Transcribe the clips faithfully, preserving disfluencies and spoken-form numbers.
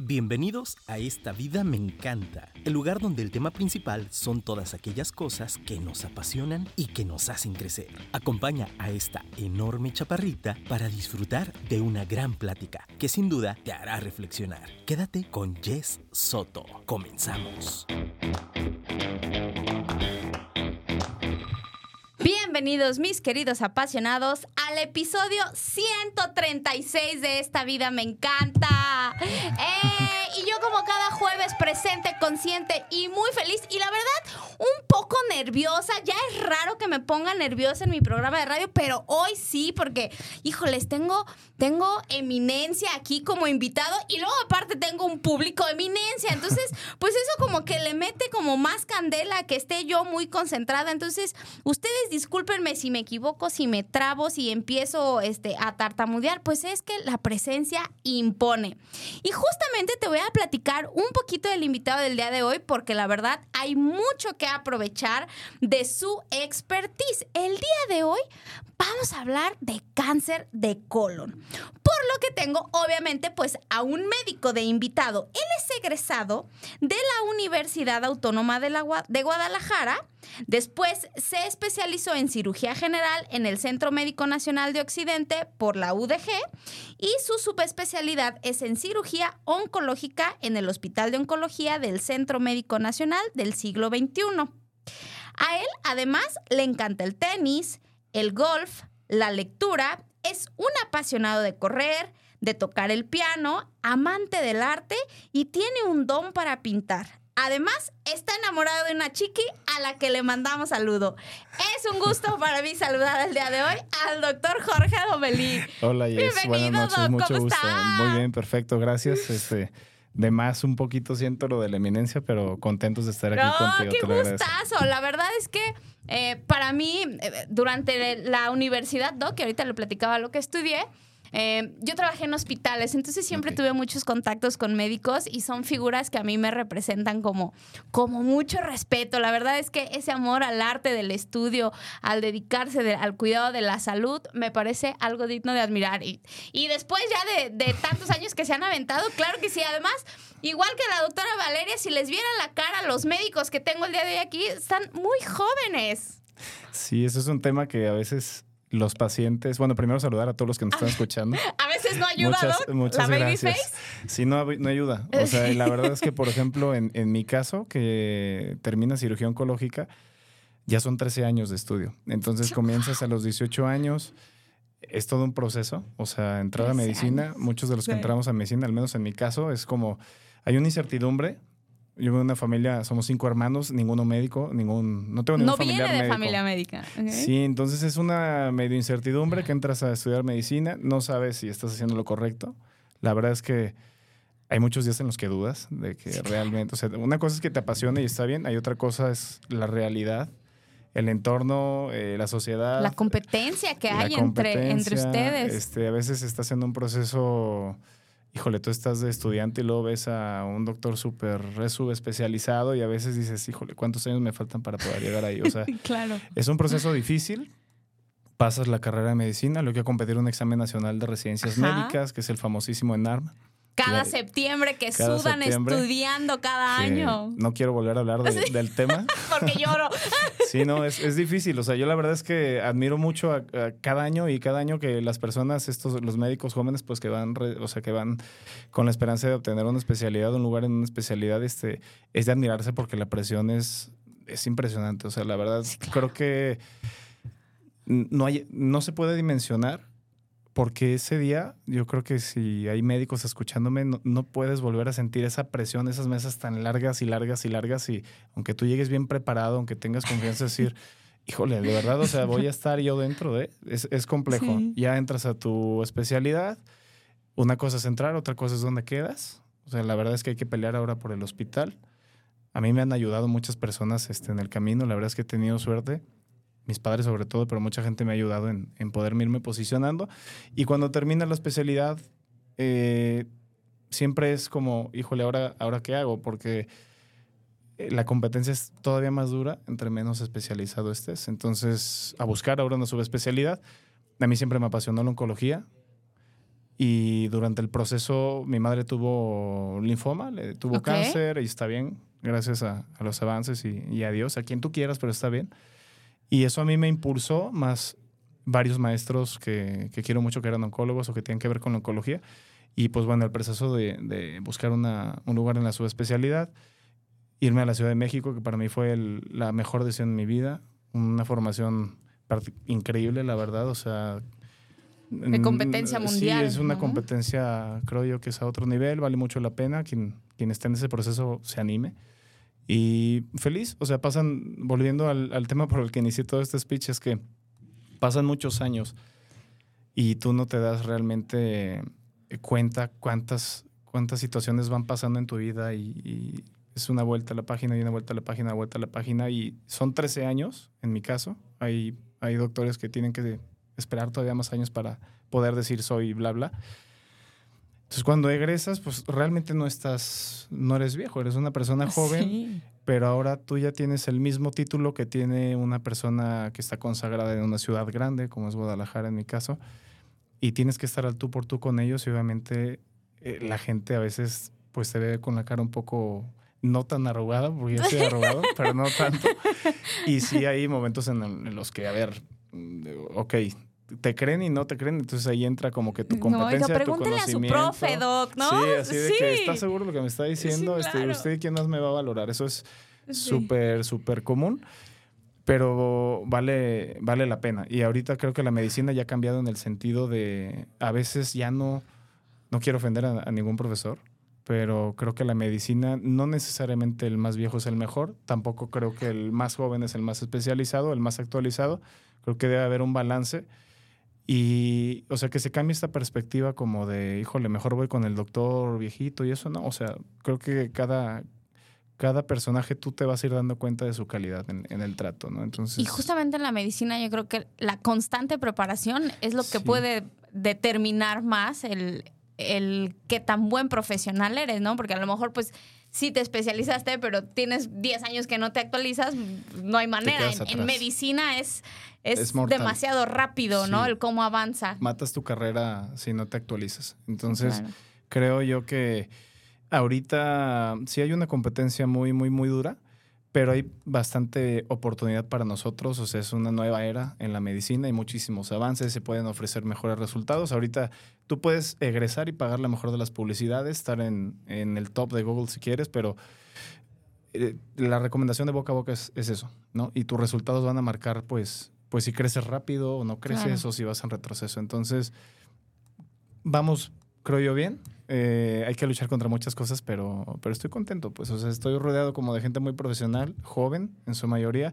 Bienvenidos a Esta Vida Me Encanta, el lugar donde el tema principal son todas aquellas cosas que nos apasionan y que nos hacen crecer. Acompaña a esta enorme chaparrita para disfrutar de una gran plática que sin duda te hará reflexionar. Quédate con Jess Soto. Comenzamos. Bienvenidos, mis queridos apasionados, al episodio ciento treinta y seis de Esta Vida Me Encanta. Eh, y yo como cada jueves presente, consciente y muy feliz. Y la verdad, un poco nerviosa. Ya es raro que me ponga nerviosa en mi programa de radio, pero hoy sí, porque, híjoles, tengo, tengo eminencia aquí como invitado. Y luego aparte tengo un público eminencia. Entonces, pues eso como que le mete como más candela, que esté yo muy concentrada. Entonces, ustedes discúlpenme si me equivoco, si me trabo, si empiezo este, a tartamudear, pues es que la presencia impone. Y justamente te voy a platicar un poquito del invitado del día de hoy, porque la verdad hay mucho que aprovechar de su expertise. El día de hoy vamos a hablar de cáncer de colon. Por lo que tengo, obviamente, pues a un médico de invitado. Él es egresado de la Universidad Autónoma de, la, de Guadalajara. Después se especializó en cirugía general en el Centro Médico Nacional de Occidente por la U D G y su subespecialidad es en cirugía oncológica en el Hospital de Oncología del Centro Médico Nacional del siglo veintiuno. A él, además, le encanta el tenis, el golf, la lectura, es un apasionado de correr, de tocar el piano, amante del arte y tiene un don para pintar. Además, está enamorado de una chiqui a la que le mandamos saludo. Es un gusto para mí saludar el día de hoy al doctor Jorge Domelí. Hola, Jess. Bienvenido, Buenas noches, doc. mucho ¿Cómo gusto. está? Muy bien, perfecto, gracias. Este, de más un poquito siento lo de la eminencia, pero contentos de estar aquí no, contigo. ¡Qué te lo agradezco. gustazo! La verdad es que eh, para mí, eh, durante la universidad, doc, que ahorita le platicaba lo que estudié, Eh, yo trabajé en hospitales, entonces siempre Okay. tuve muchos contactos con médicos y son figuras que a mí me representan como, como mucho respeto. La verdad es que ese amor al arte del estudio, al dedicarse de, al cuidado de la salud, me parece algo digno de admirar. Y, y después ya de, de tantos años que se han aventado, claro que sí. Además, igual que la doctora Valeria, si les viera la cara los médicos que tengo el día de hoy aquí, están muy jóvenes. Sí, eso es un tema que a veces los pacientes... Bueno, primero saludar a todos los que nos están escuchando. A veces no ayuda, Muchas, ¿no? muchas La baby gracias. face. Sí, no, no ayuda. O sea, la verdad es que, por ejemplo, en, en mi caso, que termina cirugía oncológica, ya son trece años de estudio. Entonces comienzas a los dieciocho años. Es todo un proceso. O sea, entrar a medicina, años. Muchos de los que sí. entramos a medicina, al menos en mi caso, es como... Hay una incertidumbre. Yo vengo de una familia, somos cinco hermanos, ninguno médico, ningún, no tengo ningún no familiar médico. No viene de familia médica. Okay. Sí, entonces es una medio incertidumbre que entras a estudiar medicina, no sabes si estás haciendo lo correcto. La verdad es que hay muchos días en los que dudas de que sí, realmente, o sea, una cosa es que te apasiona y está bien, hay otra cosa es la realidad, el entorno, eh, la sociedad. La competencia que hay competencia, entre, entre ustedes. Este, a veces estás en un proceso... Híjole, tú estás de estudiante y luego ves a un doctor súper subespecializado y a veces dices, híjole, ¿cuántos años me faltan para poder llegar ahí? O sea, claro. Es un proceso difícil. Pasas la carrera de medicina, luego hay que competir un examen nacional de residencias Ajá. médicas, que es el famosísimo ENARM. Cada que, septiembre que cada sudan septiembre, estudiando cada año. No quiero volver a hablar de, sí. del tema. Porque lloro. Sí, no, es, es difícil. O sea, yo la verdad es que admiro mucho a, a cada año y cada año que las personas, estos, los médicos jóvenes, pues que van, re, o sea, que van con la esperanza de obtener una especialidad, un lugar en una especialidad, este, es de admirarse porque la presión es, es impresionante. O sea, la verdad, sí, claro. creo que no hay, no se puede dimensionar. Porque ese día, yo creo que si hay médicos escuchándome, no, no puedes volver a sentir esa presión, esas mesas tan largas y largas y largas. Y aunque tú llegues bien preparado, aunque tengas confianza, decir, híjole, de verdad, o sea, voy a estar yo dentro de... Es, es complejo. Sí. Ya entras a tu especialidad. Una cosa es entrar, otra cosa es dónde quedas. O sea, la verdad es que hay que pelear ahora por el hospital. A mí me han ayudado muchas personas este, en el camino. La verdad es que he tenido suerte. Mis padres sobre todo, pero mucha gente me ha ayudado en, en poderme irme posicionando. Y cuando termina la especialidad, eh, siempre es como, híjole, ¿ahora, ¿ahora qué hago? Porque la competencia es todavía más dura entre menos especializado estés. Entonces, a buscar ahora una subespecialidad. A mí siempre me apasionó la oncología. Y durante el proceso mi madre tuvo linfoma, le tuvo Okay. cáncer y está bien, gracias a, a los avances y, y a Dios, a quien tú quieras, pero está bien. Y eso a mí me impulsó, más varios maestros que, que quiero mucho que eran oncólogos o que tienen que ver con la oncología. Y pues bueno, el proceso de, de buscar una, un lugar en la subespecialidad, irme a la Ciudad de México, que para mí fue el, la mejor decisión en mi vida, una formación part- increíble, la verdad, o sea... De competencia mundial. Sí, es una ¿no? competencia, creo yo, que es a otro nivel, vale mucho la pena, quien, quien esté en ese proceso se anime. Y feliz, o sea, pasan, volviendo al, al tema por el que inicié todo este speech, es que pasan muchos años y tú no te das realmente cuenta cuántas, cuántas situaciones van pasando en tu vida y, y es una vuelta a la página y una vuelta a la página, una vuelta a la página y son trece años en mi caso. Hay, hay doctores que tienen que esperar todavía más años para poder decir soy bla bla. Entonces cuando egresas, pues realmente no estás, no eres viejo, eres una persona joven, Sí. pero ahora tú ya tienes el mismo título que tiene una persona que está consagrada en una ciudad grande, como es Guadalajara en mi caso, y tienes que estar al tú por tú con ellos y obviamente eh, la gente a veces pues te ve con la cara un poco no tan arrugada, porque yo soy arrugado, pero no tanto. Y sí hay momentos en, el- en los que, a ver, ok, te creen y no te creen, entonces ahí entra como que tu No, competencia, oiga, tu pregúntele a su conocimiento. profe, doc, ¿no? Sí, así de Sí. que ¿estás seguro de lo que me está diciendo? Sí, Este, claro. ¿usted quién más me va a valorar? Eso es Sí. súper, súper común, pero vale, vale la pena. Y ahorita creo que la medicina ya ha cambiado en el sentido de, a veces ya no, no quiero ofender a, a ningún profesor, pero creo que la medicina, no necesariamente el más viejo es el mejor, tampoco creo que el más joven es el más especializado, el más actualizado. Creo que debe haber un balance. Y, o sea, que se cambie esta perspectiva como de, híjole, mejor voy con el doctor viejito y eso, ¿no? O sea, creo que cada, cada personaje tú te vas a ir dando cuenta de su calidad en, en el trato, ¿no? Entonces... Y justamente en la medicina yo creo que la constante preparación es lo que Sí. puede determinar más el, el qué tan buen profesional eres, ¿no? Porque a lo mejor pues sí te especializaste, pero tienes diez años que no te actualizas, no hay manera. quedas En, en atrás. medicina es, es, Es mortal. demasiado rápido, ¿no? Sí. El cómo avanza. matas tu carrera si no te actualizas. Entonces, Claro. creo yo que ahorita sí hay una competencia muy, muy, muy dura, pero hay bastante oportunidad para nosotros. O sea, es una nueva era en la medicina, hay muchísimos avances, se pueden ofrecer mejores resultados. Ahorita tú puedes egresar y pagar la mejor de las publicidades, estar en, en el top de Google si quieres, pero eh, la recomendación de boca a boca es, es eso, ¿no? Y tus resultados van a marcar, pues, pues si creces rápido o no creces, Claro. o si vas en retroceso. Entonces, vamos, creo yo, bien. Eh, hay que luchar contra muchas cosas, pero, pero estoy contento. Pues, o sea, estoy rodeado como de gente muy profesional, joven en su mayoría,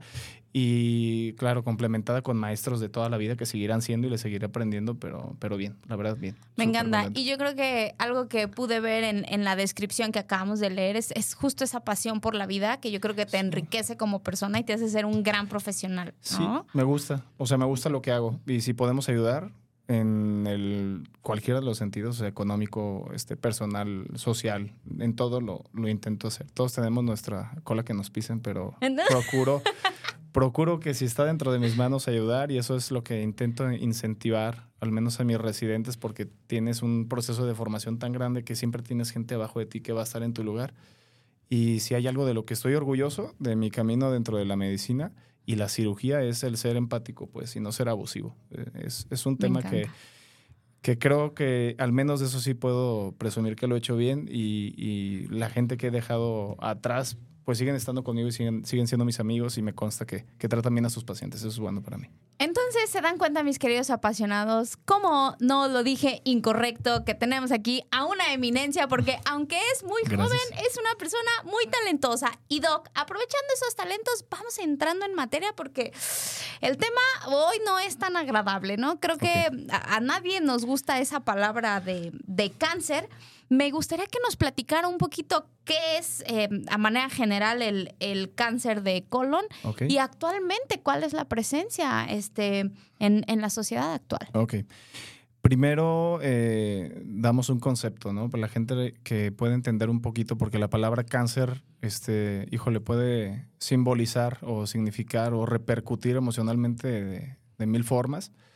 y claro, complementada con maestros de toda la vida que seguirán siendo y les seguiré aprendiendo, pero, pero bien, la verdad, bien. Me Súper encanta. contento. Y yo creo que algo que pude ver en, en la descripción que acabamos de leer es, es justo esa pasión por la vida que yo creo que te Sí. enriquece como persona y te hace ser un gran profesional, Sí, ¿no? me gusta. O sea, me gusta lo que hago. Y si podemos ayudar en el cualquiera de los sentidos, o sea, económico, este, personal, social, en todo lo, lo intento hacer. Todos tenemos nuestra cola que nos pisen, pero procuro, procuro que si está dentro de mis manos ayudar, y eso es lo que intento incentivar, al menos a mis residentes, porque tienes un proceso de formación tan grande que siempre tienes gente abajo de ti que va a estar en tu lugar. Y si hay algo de lo que estoy orgulloso de mi camino dentro de la medicina y la cirugía, es el ser empático, pues, y no ser abusivo. Eh, Es, es un Me tema que, encanta. que creo que al menos de eso sí puedo presumir que lo he hecho bien, y, y la gente que he dejado atrás, pues siguen estando conmigo y siguen, siguen siendo mis amigos, y me consta que, que tratan bien a sus pacientes. Eso es bueno para mí. Entonces, ¿se dan cuenta, mis queridos apasionados, cómo no lo dije incorrecto, que tenemos aquí a una eminencia? Porque aunque es muy Gracias. joven, es una persona muy talentosa. Y Doc, aprovechando esos talentos, vamos entrando en materia porque el tema hoy no es tan agradable, ¿no? Creo que Ok. a, a nadie nos gusta esa palabra de, de cáncer. Me gustaría que nos platicara un poquito qué es, eh, a manera general, el, el cáncer de colon Ok. y actualmente cuál es la presencia este, en, en la sociedad actual. Ok. Primero, eh, damos un concepto, ¿no? Para la gente que puede entender un poquito, porque la palabra cáncer, este, híjole, puede simbolizar o significar o repercutir emocionalmente de, de mil formas.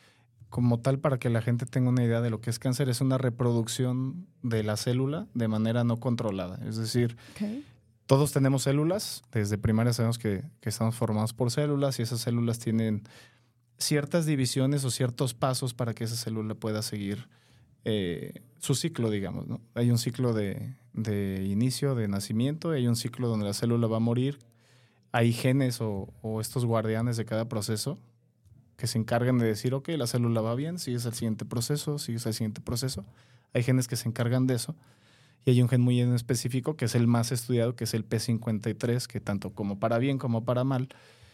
como tal, para que la gente tenga una idea de lo que es cáncer, es una reproducción de la célula de manera no controlada. Es decir, okay. todos tenemos células. Desde primaria sabemos que, que estamos formados por células y esas células tienen ciertas divisiones o ciertos pasos para que esa célula pueda seguir eh, su ciclo, digamos, ¿no? Hay un ciclo de, de inicio, de nacimiento, hay un ciclo donde la célula va a morir. Hay genes o, o estos guardianes de cada proceso que se encargan de decir, ok, la célula va bien, sigues al siguiente proceso, sigues al siguiente proceso. Hay genes que se encargan de eso. Y hay un gen muy en específico, que es el más estudiado, que es el P cincuenta y tres, que tanto como para bien como para mal,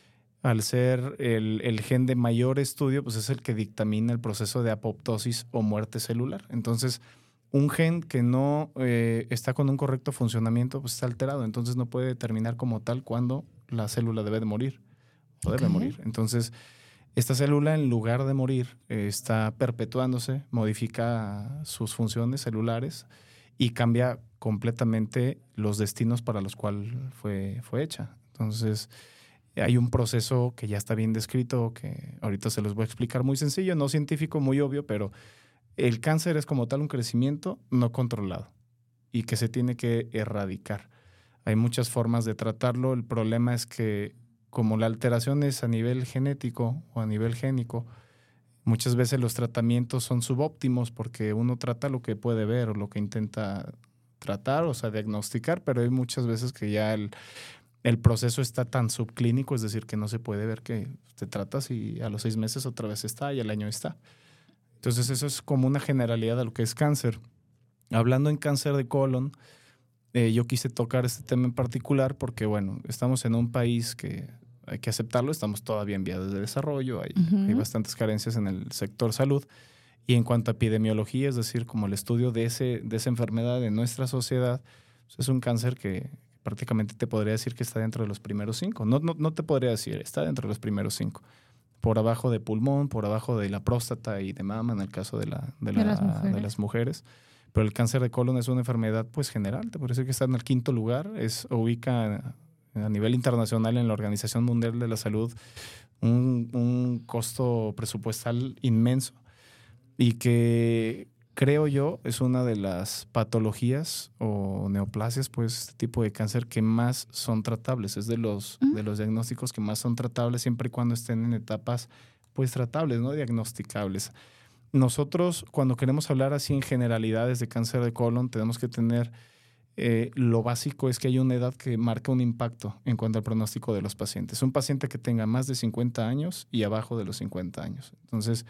al ser el, el gen de mayor estudio, pues es el que dictamina el proceso de apoptosis o muerte celular. Entonces, un gen que no eh, está con un correcto funcionamiento, pues está alterado. Entonces, no puede determinar como tal cuándo la célula debe de morir o debe okay. morir. Entonces, esta célula, en lugar de morir, eh, está perpetuándose, modifica sus funciones celulares y cambia completamente los destinos para los cuales fue, fue hecha. Entonces, hay un proceso que ya está bien descrito, que ahorita se los voy a explicar, muy sencillo, no científico, muy obvio, pero el cáncer es como tal un crecimiento no controlado y que se tiene que erradicar. Hay muchas formas de tratarlo. El problema es que como la alteración es a nivel genético o a nivel génico, muchas veces los tratamientos son subóptimos porque uno trata lo que puede ver o lo que intenta tratar, o sea, diagnosticar, pero hay muchas veces que ya el, el proceso está tan subclínico, es decir, que no se puede ver que te tratas y a los seis meses otra vez está y al año está. Entonces eso es como una generalidad de lo que es cáncer. Hablando en cáncer de colon, eh, yo quise tocar este tema en particular porque, bueno, estamos en un país que hay que aceptarlo, estamos todavía en vías de desarrollo, hay, uh-huh. hay bastantes carencias en el sector salud. Y en cuanto a epidemiología, es decir, como el estudio de, ese, de esa enfermedad en nuestra sociedad, pues es un cáncer que prácticamente te podría decir que está dentro de los primeros cinco. No, no, no te podría decir, está dentro de los primeros cinco. Por abajo de pulmón, por abajo de la próstata y de mama en el caso de, la, de, de, la, las, mujeres. de las mujeres. Pero el cáncer de colon es una enfermedad pues general, te podría decir que está en el quinto lugar, es ubica a nivel internacional en la Organización Mundial de la Salud un, un costo presupuestal inmenso y que creo yo es una de las patologías o neoplasias, pues este tipo de cáncer que más son tratables, es de los, uh-huh. de los diagnósticos que más son tratables siempre y cuando estén en etapas pues tratables, no diagnosticables. Nosotros cuando queremos hablar así en generalidades de cáncer de colon tenemos que tener Eh, lo básico es que hay una edad que marca un impacto en cuanto al pronóstico de los pacientes. Un paciente que tenga más de cincuenta años y abajo de los cincuenta años. Entonces,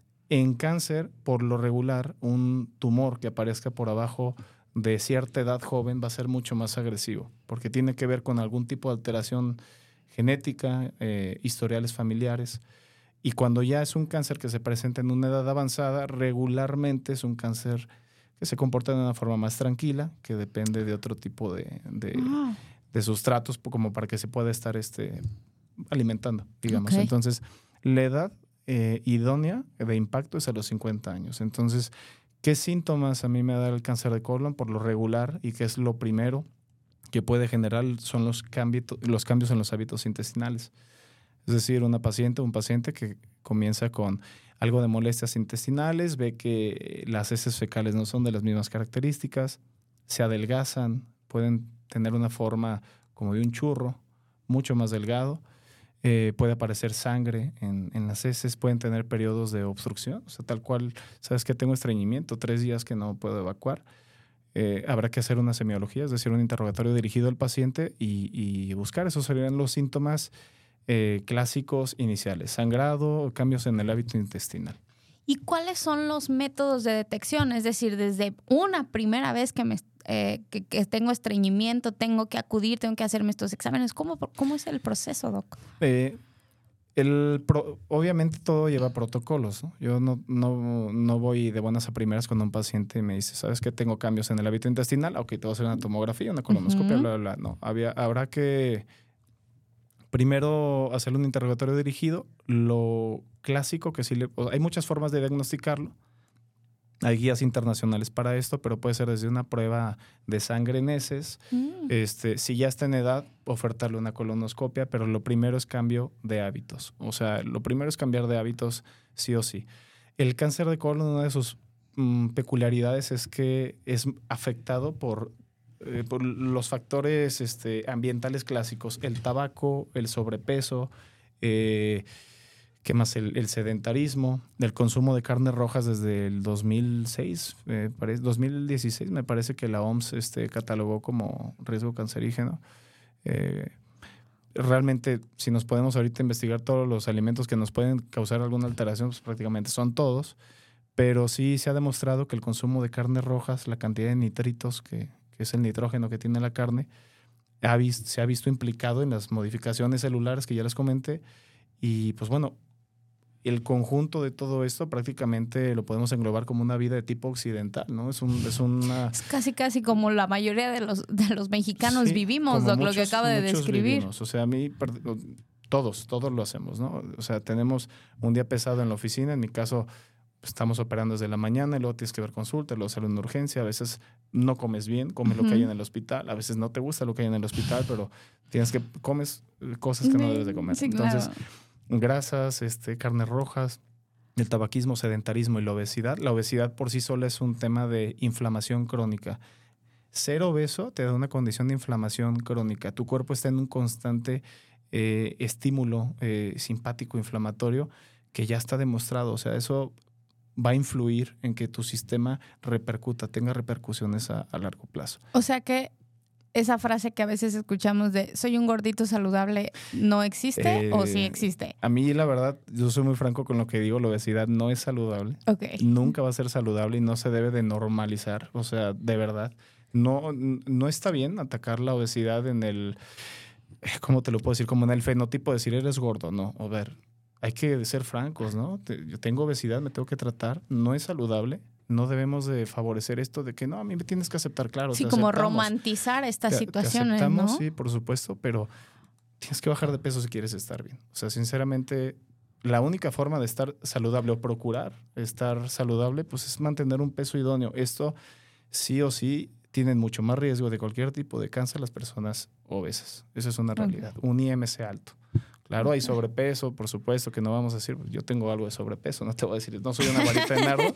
en cáncer, por lo regular, un tumor que aparezca por abajo de cierta edad joven va a ser mucho más agresivo, porque tiene que ver con algún tipo de alteración genética, eh, historiales familiares. Y cuando ya es un cáncer que se presenta en una edad avanzada, regularmente es un cáncer que se comporta de una forma más tranquila, que depende de otro tipo de, de, oh. de sustratos como para que se pueda estar este, alimentando, digamos. Okay. Entonces, la edad eh, idónea de impacto es a los cincuenta años. Entonces, ¿qué síntomas a mí me da el cáncer de colon? Por lo regular, y que es lo primero que puede generar, son los, cambi- los cambios en los hábitos intestinales. Es decir, una paciente o un paciente que comienza con algo de molestias intestinales, ve que las heces fecales no son de las mismas características, se adelgazan, pueden tener una forma como de un churro, mucho más delgado, eh, puede aparecer sangre en, en las heces, pueden tener periodos de obstrucción, o sea, tal cual, sabes que tengo estreñimiento, tres días que no puedo evacuar, eh, habrá que hacer una semiología, es decir, un interrogatorio dirigido al paciente y, y buscar, esos serían los síntomas Eh, clásicos iniciales, sangrado, cambios en el hábito intestinal. ¿Y cuáles son los métodos de detección? Es decir, desde una primera vez que, me, eh, que, que tengo estreñimiento, tengo que acudir, tengo que hacerme estos exámenes. ¿Cómo, cómo es el proceso, Doc? Eh, el pro, obviamente todo lleva protocolos, ¿no? Yo no, no, no voy de buenas a primeras cuando un paciente me dice, ¿sabes qué? Tengo cambios en el hábito intestinal. Ok, te voy a hacer una tomografía, una colonoscopia, uh-huh. bla, bla, bla. No, había, habrá que primero hacerle un interrogatorio dirigido. Lo clásico que sí le... Hay muchas formas de diagnosticarlo. Hay guías internacionales para esto, pero puede ser desde una prueba de sangre en heces. Mm. Este, si ya está en edad, ofertarle una colonoscopia, pero lo primero es cambio de hábitos. O sea, lo primero es cambiar de hábitos sí o sí. El cáncer de colon, una de sus mm, peculiaridades es que es afectado por, eh, por los factores este, ambientales clásicos, el tabaco, el sobrepeso, eh, ¿qué más? El, el sedentarismo, el consumo de carnes rojas desde el dos mil seis, eh, parece, dos mil dieciséis me parece que la O M S este, catalogó como riesgo cancerígeno. Eh, realmente, si nos podemos ahorita investigar todos los alimentos que nos pueden causar alguna alteración, pues prácticamente son todos, pero sí se ha demostrado que el consumo de carnes rojas, la cantidad de nitritos, que, que es el nitrógeno que tiene la carne, ha visto, se ha visto implicado en las modificaciones celulares que ya les comenté. Y pues bueno, el conjunto de todo esto prácticamente lo podemos englobar como una vida de tipo occidental, ¿no? Es, un, es una... Es casi, casi como la mayoría de los, de los mexicanos sí, vivimos, Doc, muchos, lo que acaba de describir. Vivimos. O sea, a mí, todos, todos lo hacemos, ¿no? O sea, tenemos un día pesado en la oficina, en mi caso, pues, estamos operando desde la mañana, y luego tienes que ver consulta, luego sale una urgencia, a veces no comes bien, comes uh-huh. lo que hay en el hospital, a veces no te gusta lo que hay en el hospital, pero tienes que, comes cosas que no debes de comer. Sí, Entonces, claro. grasas, este, carnes rojas, el tabaquismo, sedentarismo y la obesidad. La obesidad por sí sola es un tema de inflamación crónica. Ser obeso te da una condición de inflamación crónica. Tu cuerpo está en un constante eh, estímulo eh, simpático inflamatorio que ya está demostrado. O sea, eso va a influir en que tu sistema repercuta, tenga repercusiones a, a largo plazo. O sea que esa frase que a veces escuchamos de soy un gordito saludable, ¿no existe eh, o sí existe? A mí, la verdad, yo soy muy franco con lo que digo, la obesidad no es saludable. Okay. Nunca va a ser saludable y no se debe de normalizar. O sea, de verdad, no, no está bien atacar la obesidad en el, ¿cómo te lo puedo decir? Como en el fenotipo de decir eres gordo, no. A ver, hay que ser francos, ¿no? Yo tengo obesidad, me tengo que tratar, no es saludable. No debemos de favorecer esto de que no, a mí me tienes que aceptar, claro. Sí, te como aceptamos. romantizar estas te, situaciones, te aceptamos, ¿no? Sí, por supuesto, pero tienes que bajar de peso si quieres estar bien. O sea, sinceramente, la única forma de estar saludable o procurar estar saludable, pues es mantener un peso idóneo. Esto sí o sí tienen mucho más riesgo de cualquier tipo de cáncer las personas obesas. Eso es una realidad. Okay. Un I M C alto. Claro, hay sobrepeso, por supuesto, que no vamos a decir, yo tengo algo de sobrepeso, no te voy a decir, no soy una varita de nardo,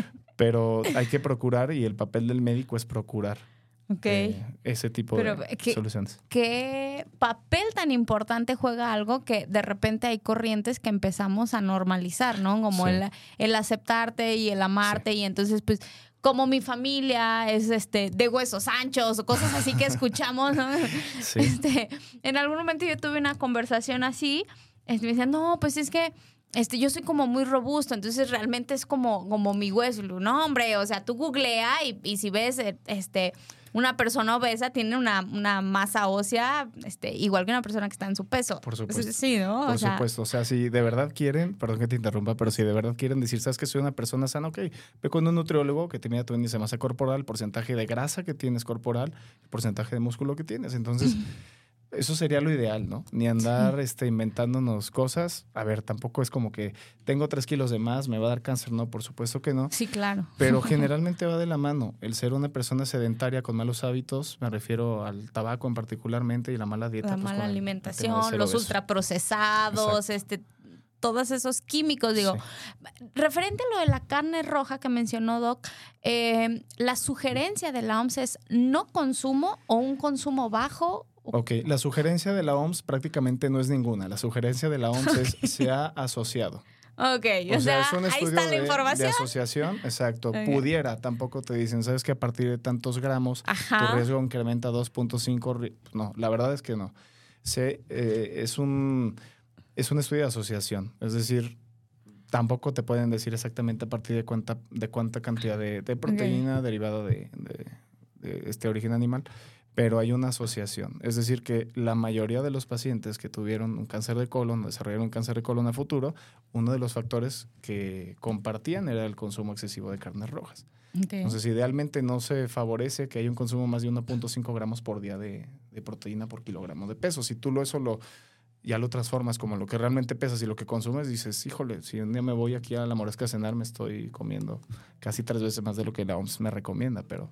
pero hay que procurar y el papel del médico es procurar okay. eh, ese tipo pero de ¿qué, soluciones. ¿Qué papel tan importante juega algo que de repente hay corrientes que empezamos a normalizar, ¿no? Como sí. el, el aceptarte y el amarte sí. y entonces pues... como mi familia es este de huesos anchos o cosas así que escuchamos, ¿no? Sí. Este, en algún momento yo tuve una conversación así, este, me decían, no, pues es que este, yo soy como muy robusto, entonces realmente es como, como mi hueso. No, hombre, o sea, tú googlea y, y si ves este, una persona obesa tiene una, una masa ósea este, igual que una persona que está en su peso. Por supuesto. Sí, ¿no? Por o sea, supuesto. O sea, si de verdad quieren, perdón que te interrumpa, pero si de verdad quieren decir, sabes que soy una persona sana, ok, ve con un nutriólogo que te mida tu índice de masa corporal, el porcentaje de grasa que tienes corporal, el porcentaje de músculo que tienes. Entonces, eso sería lo ideal, ¿no? Ni andar sí. este, inventándonos cosas. A ver, tampoco es como que tengo tres kilos de más, me va a dar cáncer. No, por supuesto que no. Sí, claro. Pero generalmente va de la mano. El ser una persona sedentaria con malos hábitos, me refiero al tabaco en particularmente y la mala dieta. La pues, mala el, alimentación, el los obeso. ultraprocesados, este... todos esos químicos, digo. Sí. Referente a lo de la carne roja que mencionó Doc, eh, la sugerencia de la O M S es no consumo o un consumo bajo. Ok, la sugerencia de la O M S prácticamente no es ninguna. La sugerencia de la O M S okay. es se ha asociado. Ok, o, o sea, sea, es un ahí estudio está la de, información. de asociación, exacto. Okay. Pudiera, tampoco te dicen, sabes que a partir de tantos gramos Ajá. tu riesgo incrementa dos punto cinco. No, la verdad es que no. Se, eh, es un... Es un estudio de asociación, es decir, tampoco te pueden decir exactamente a partir de cuánta, de cuánta cantidad de, de proteína okay. derivada de, de, de este origen animal, pero hay una asociación. Es decir, que la mayoría de los pacientes que tuvieron un cáncer de colon, desarrollaron un cáncer de colon a futuro, uno de los factores que compartían era el consumo excesivo de carnes rojas. Okay. Entonces, idealmente no se favorece que haya un consumo más de uno punto cinco gramos por día de, de proteína por kilogramo de peso. Si tú lo, eso lo... ya lo transformas como lo que realmente pesas y lo que consumes, dices, híjole, si un día me voy aquí a la Moresca a cenar, me estoy comiendo casi tres veces más de lo que la O M S me recomienda, pero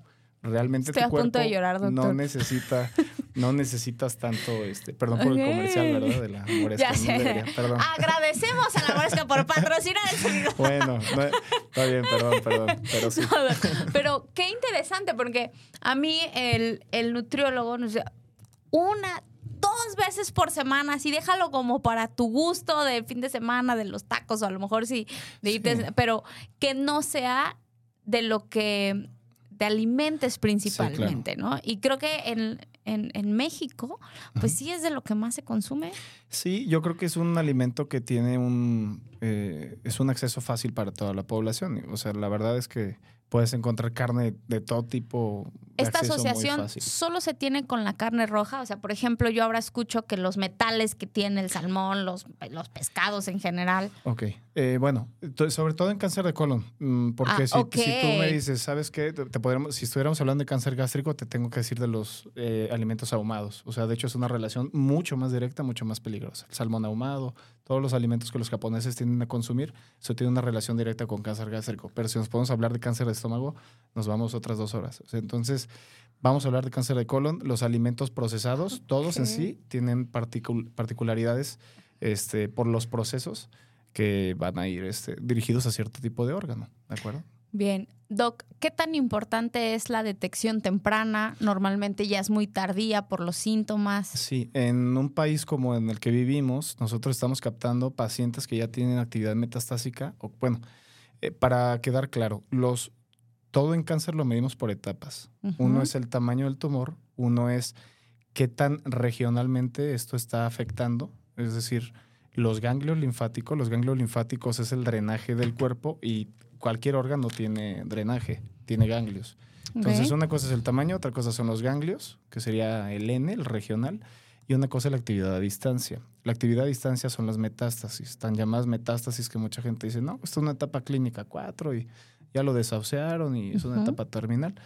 realmente Estoy tu a cuerpo punto de llorar, doctor. no necesita, no necesitas tanto, este, perdón por Ok. el comercial, ¿verdad? De la Moresca. Ya no sé. debería, perdón. Agradecemos a la Moresca por patrocinar el sonido. Bueno, no, está bien, perdón, perdón, pero sí. Pero qué interesante, porque a mí el, el nutriólogo nos decía, una, dos veces por semana, así déjalo como para tu gusto del fin de semana, de los tacos, o a lo mejor sí, de irte, Sí. pero que no sea de lo que te alimentes principalmente, Sí, ¿no? Y creo que en, en, en México, pues sí es de lo que más se consume. Sí, yo creo que es un alimento que tiene un, eh, es un acceso fácil para toda la población. O sea, la verdad es que puedes encontrar carne de todo tipo. De Esta acceso muy asociación fácil. solo se tiene con la carne roja. O sea, por ejemplo, yo ahora escucho que los metales que tiene el salmón, los, los pescados en general. Ok. Eh, bueno, to- sobre todo en cáncer de colon. mm, Porque Ah, si, ok. si tú me dices, ¿sabes qué? Te, te podríamos, si estuviéramos hablando de cáncer gástrico, te tengo que decir de los eh, alimentos ahumados. O sea, de hecho es una relación mucho más directa, mucho más peligrosa. El salmón ahumado, todos los alimentos que los japoneses tienden a consumir, eso tiene una relación directa con cáncer gástrico. Pero si nos podemos hablar de cáncer de estómago, nos vamos otras dos horas. O sea, entonces, vamos a hablar de cáncer de colon. Los alimentos procesados, todos en Ok. sí, tienen particul- particularidades este, por los procesos que van a ir este, dirigidos a cierto tipo de órgano, ¿de acuerdo? Bien. Doc, ¿qué tan importante es la detección temprana? Normalmente ya es muy tardía por los síntomas. Sí, en un país como en el que vivimos, nosotros estamos captando pacientes que ya tienen actividad metastásica. O, bueno, eh, para quedar claro, los, todo en cáncer lo medimos por etapas. Ujú. Uno es el tamaño del tumor, uno es qué tan regionalmente esto está afectando, es decir, los ganglios linfáticos, los ganglios linfáticos es el drenaje del cuerpo y cualquier órgano tiene drenaje, tiene ganglios. Entonces, Ok. una cosa es el tamaño, otra cosa son los ganglios, que sería el N, el regional, y una cosa es la actividad a distancia. La actividad a distancia son las metástasis, tan llamadas metástasis que mucha gente dice, no, esto es una etapa clínica cuatro y ya lo desahuciaron y es una Ujú. etapa terminal.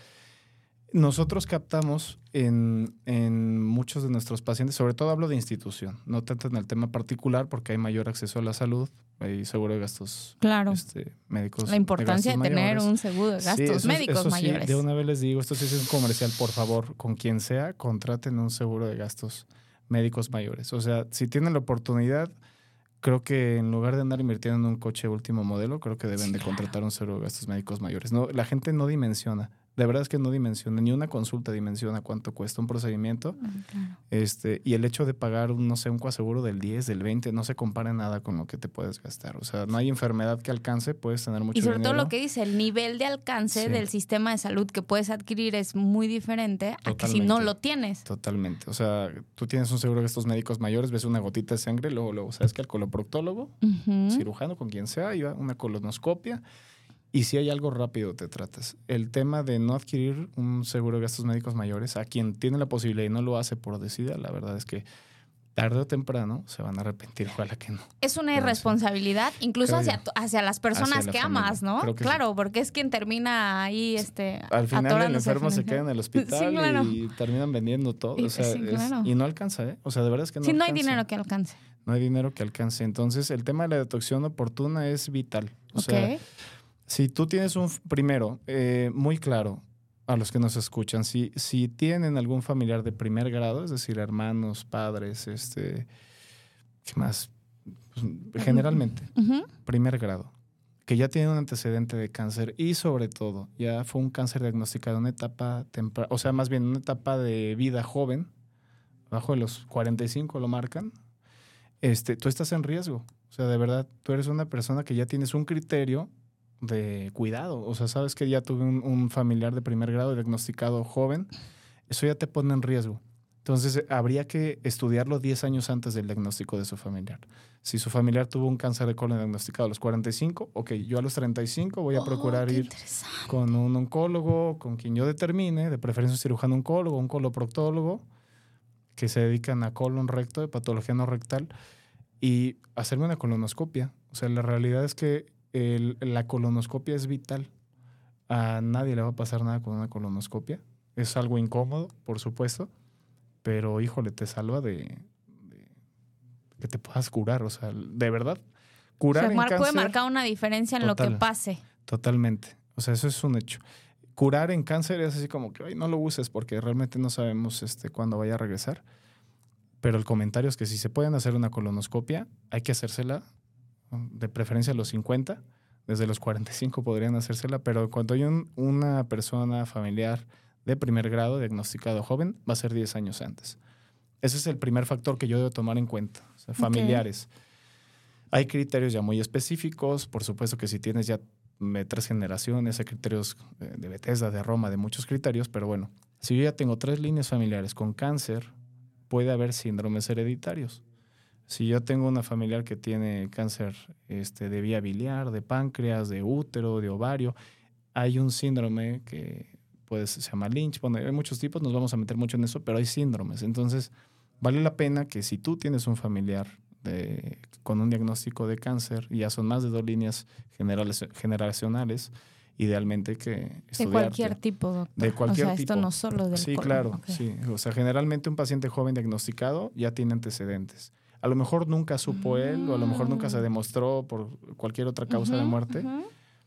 Nosotros captamos en, en muchos de nuestros pacientes, sobre todo hablo de institución, no tanto en el tema particular porque hay mayor acceso a la salud, hay seguro de gastos Claro. este, médicos. La importancia de, gastos tener mayores. un seguro de Sí, gastos eso es- médicos eso sí, mayores. de una vez les digo, esto sí es un comercial, por favor, con quien sea, contraten un seguro de gastos médicos mayores. O sea, si tienen la oportunidad, creo que en lugar de andar invirtiendo en un coche último modelo, creo que deben Sí, de claro. contratar un seguro de gastos médicos mayores. No, la gente no dimensiona. De verdad es que no dimensiona, ni una consulta dimensiona cuánto cuesta un procedimiento. Ah, claro. Este, y el hecho de pagar, un, no sé, un coaseguro del diez, del veinte, no se compara en nada con lo que te puedes gastar. O sea, no hay enfermedad que alcance, puedes tener mucho Y sobre dinero. todo lo que dice, el nivel de alcance Sí. del sistema de salud que puedes adquirir es muy diferente a que si no Totalmente. lo tienes. Totalmente. O sea, tú tienes un seguro de estos médicos mayores, ves una gotita de sangre, luego, luego sabes que al coloproctólogo, Ujú. cirujano, con quien sea, iba una colonoscopia. Y si hay algo rápido, te tratas. El tema de no adquirir un seguro de gastos médicos mayores, a quien tiene la posibilidad y no lo hace por decida, la verdad es que tarde o temprano se van a arrepentir, ojalá que no. Es una Pero sí. irresponsabilidad, incluso Creo hacia, yo. tu- hacia las personas Hacia la que familia. amas, ¿no? Creo que Claro, porque es quien termina ahí este, Al final el atorándose enfermo se financiero. queda en el hospital Sí, claro. y terminan vendiendo todo. Y- O sea, sí, es- claro. y no alcanza, ¿eh? O sea, de verdad es que no Si no hay alcanza. dinero que alcance. No hay dinero que alcance. Entonces, el tema de la detección oportuna es vital. O sea, Ok. si tú tienes un, primero, eh, muy claro a los que nos escuchan, si, si tienen algún familiar de primer grado, es decir, hermanos, padres, este, ¿qué más? Pues, generalmente, Ujú. primer grado, que ya tienen un antecedente de cáncer y sobre todo ya fue un cáncer diagnosticado en una etapa temprana, o sea, más bien en una etapa de vida joven, abajo de los cuarenta y cinco lo marcan, este, tú estás en riesgo. O sea, de verdad, tú eres una persona que ya tienes un criterio de cuidado. O sea, sabes que ya tuve un, un familiar de primer grado diagnosticado joven, eso ya te pone en riesgo. Entonces, eh, habría que estudiarlo diez años antes del diagnóstico de su familiar. Si su familiar tuvo un cáncer de colon diagnosticado a los cuarenta y cinco, ok, yo a los treinta y cinco voy a Oh, procurar qué ir interesante. con un oncólogo, con quien yo determine, de preferencia un cirujano oncólogo, un coloproctólogo, que se dedican a colon recto, de patología no rectal, y hacerme una colonoscopia. O sea, la realidad es que el- la colonoscopia es vital. A nadie le va a pasar nada con una colonoscopia. Es algo incómodo, por supuesto, pero híjole, te salva de, de que te puedas curar. O sea, de verdad, O curar sea, en mar- cáncer. puede marcar una diferencia en lo Total. que pase. Totalmente. O sea, eso es un hecho. curar en cáncer es así como que, ay, no lo uses porque realmente no sabemos este, cuándo vaya a regresar. Pero el comentario es que si se pueden hacer una colonoscopia, hay que hacérsela, de preferencia a los cincuenta, desde los cuarenta y cinco podrían hacérsela, pero cuando hay un, una persona familiar de primer grado diagnosticado joven, va a ser diez años antes. Ese es el primer factor que yo debo tomar en cuenta, o sea, familiares. Okay. Hay criterios ya muy específicos, por supuesto que si tienes ya tres generaciones, hay criterios de Bethesda, de Roma, de muchos criterios, pero bueno, si yo ya tengo tres líneas familiares con cáncer, puede haber síndromes hereditarios. Si yo tengo una familiar que tiene cáncer este, de vía biliar, de páncreas, de útero, de ovario, hay un síndrome que puede, se llama Lynch. Bueno, hay muchos tipos, nos vamos a meter mucho en eso, pero hay síndromes. Entonces, vale la pena que si tú tienes un familiar de, con un diagnóstico de cáncer, y ya son más de dos líneas generales, generacionales, idealmente que estudiarte. De cualquier tipo, doctor. De cualquier o sea, tipo. Esto no solo del Sí, colon. claro. Okay. Sí. O sea, generalmente un paciente joven diagnosticado ya tiene antecedentes. A lo mejor nunca supo mm. él, o a lo mejor nunca se demostró por cualquier otra causa uh-huh, de muerte, uh-huh.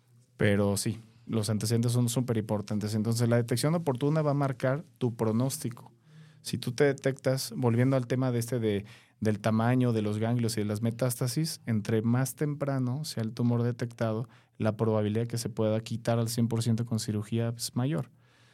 pero sí, los antecedentes son súper importantes. Entonces, la detección oportuna va a marcar tu pronóstico. Si tú te detectas, volviendo al tema de este de, del tamaño de los ganglios y de las metástasis, entre más temprano sea el tumor detectado, la probabilidad de que se pueda quitar al cien por ciento con cirugía es mayor.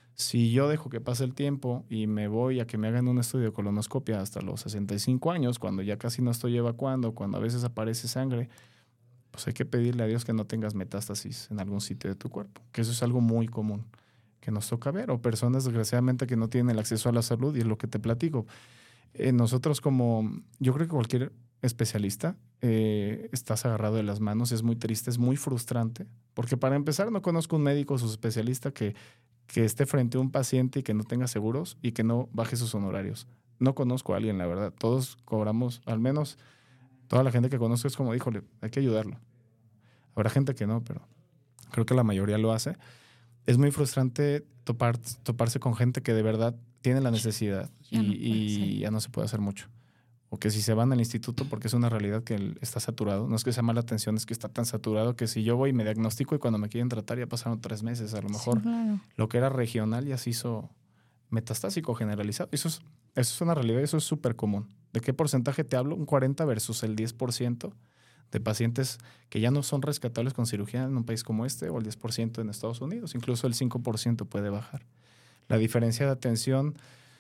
Si yo dejo que pase el tiempo y me voy a que me hagan un estudio de colonoscopia hasta los sesenta y cinco años, cuando ya casi no estoy evacuando, cuando a veces aparece sangre, pues hay que pedirle a Dios que no tengas metástasis en algún sitio de tu cuerpo, que eso es algo muy común que nos toca ver, o personas desgraciadamente que no tienen el acceso a la salud, y es lo que te platico. Eh, nosotros como, yo creo que cualquier especialista, eh, estás agarrado de las manos, es muy triste, es muy frustrante, porque para empezar no conozco un médico o su especialista que, que esté frente a un paciente y que no tenga seguros y que no baje sus honorarios. No conozco a alguien, la verdad. Todos cobramos, al menos toda la gente que conozco es como, híjole, hay que ayudarlo. Habrá gente que no, pero creo que la mayoría lo hace. Es muy frustrante topar, toparse con gente que de verdad tiene la necesidad y, no y ya no se puede hacer mucho. O que si se van al instituto, porque es una realidad que el, está saturado. No es que sea mala atención, es que está tan saturado que si yo voy y me diagnostico y cuando me quieren tratar ya pasaron tres meses. A lo mejor sí, claro. Lo que era regional ya se hizo metastásico generalizado. Eso es, eso es una realidad, eso es súper común. ¿De qué porcentaje te hablo? Un cuarenta versus el diez por ciento de pacientes que ya no son rescatables con cirugía en un país como este, o el diez por ciento en Estados Unidos. Incluso el cinco por ciento puede bajar. La diferencia de atención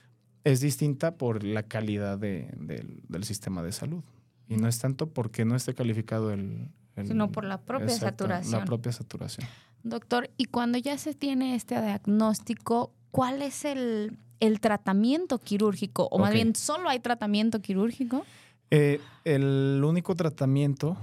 es distinta por la calidad de, de, del sistema de salud. Y no es tanto porque no esté calificado el... el sino por la propia exacto, saturación. La propia saturación. Doctor, y cuando ya se tiene este diagnóstico, ¿cuál es el, el tratamiento quirúrgico? O okay. más bien, ¿solo hay tratamiento quirúrgico? Eh, el único tratamiento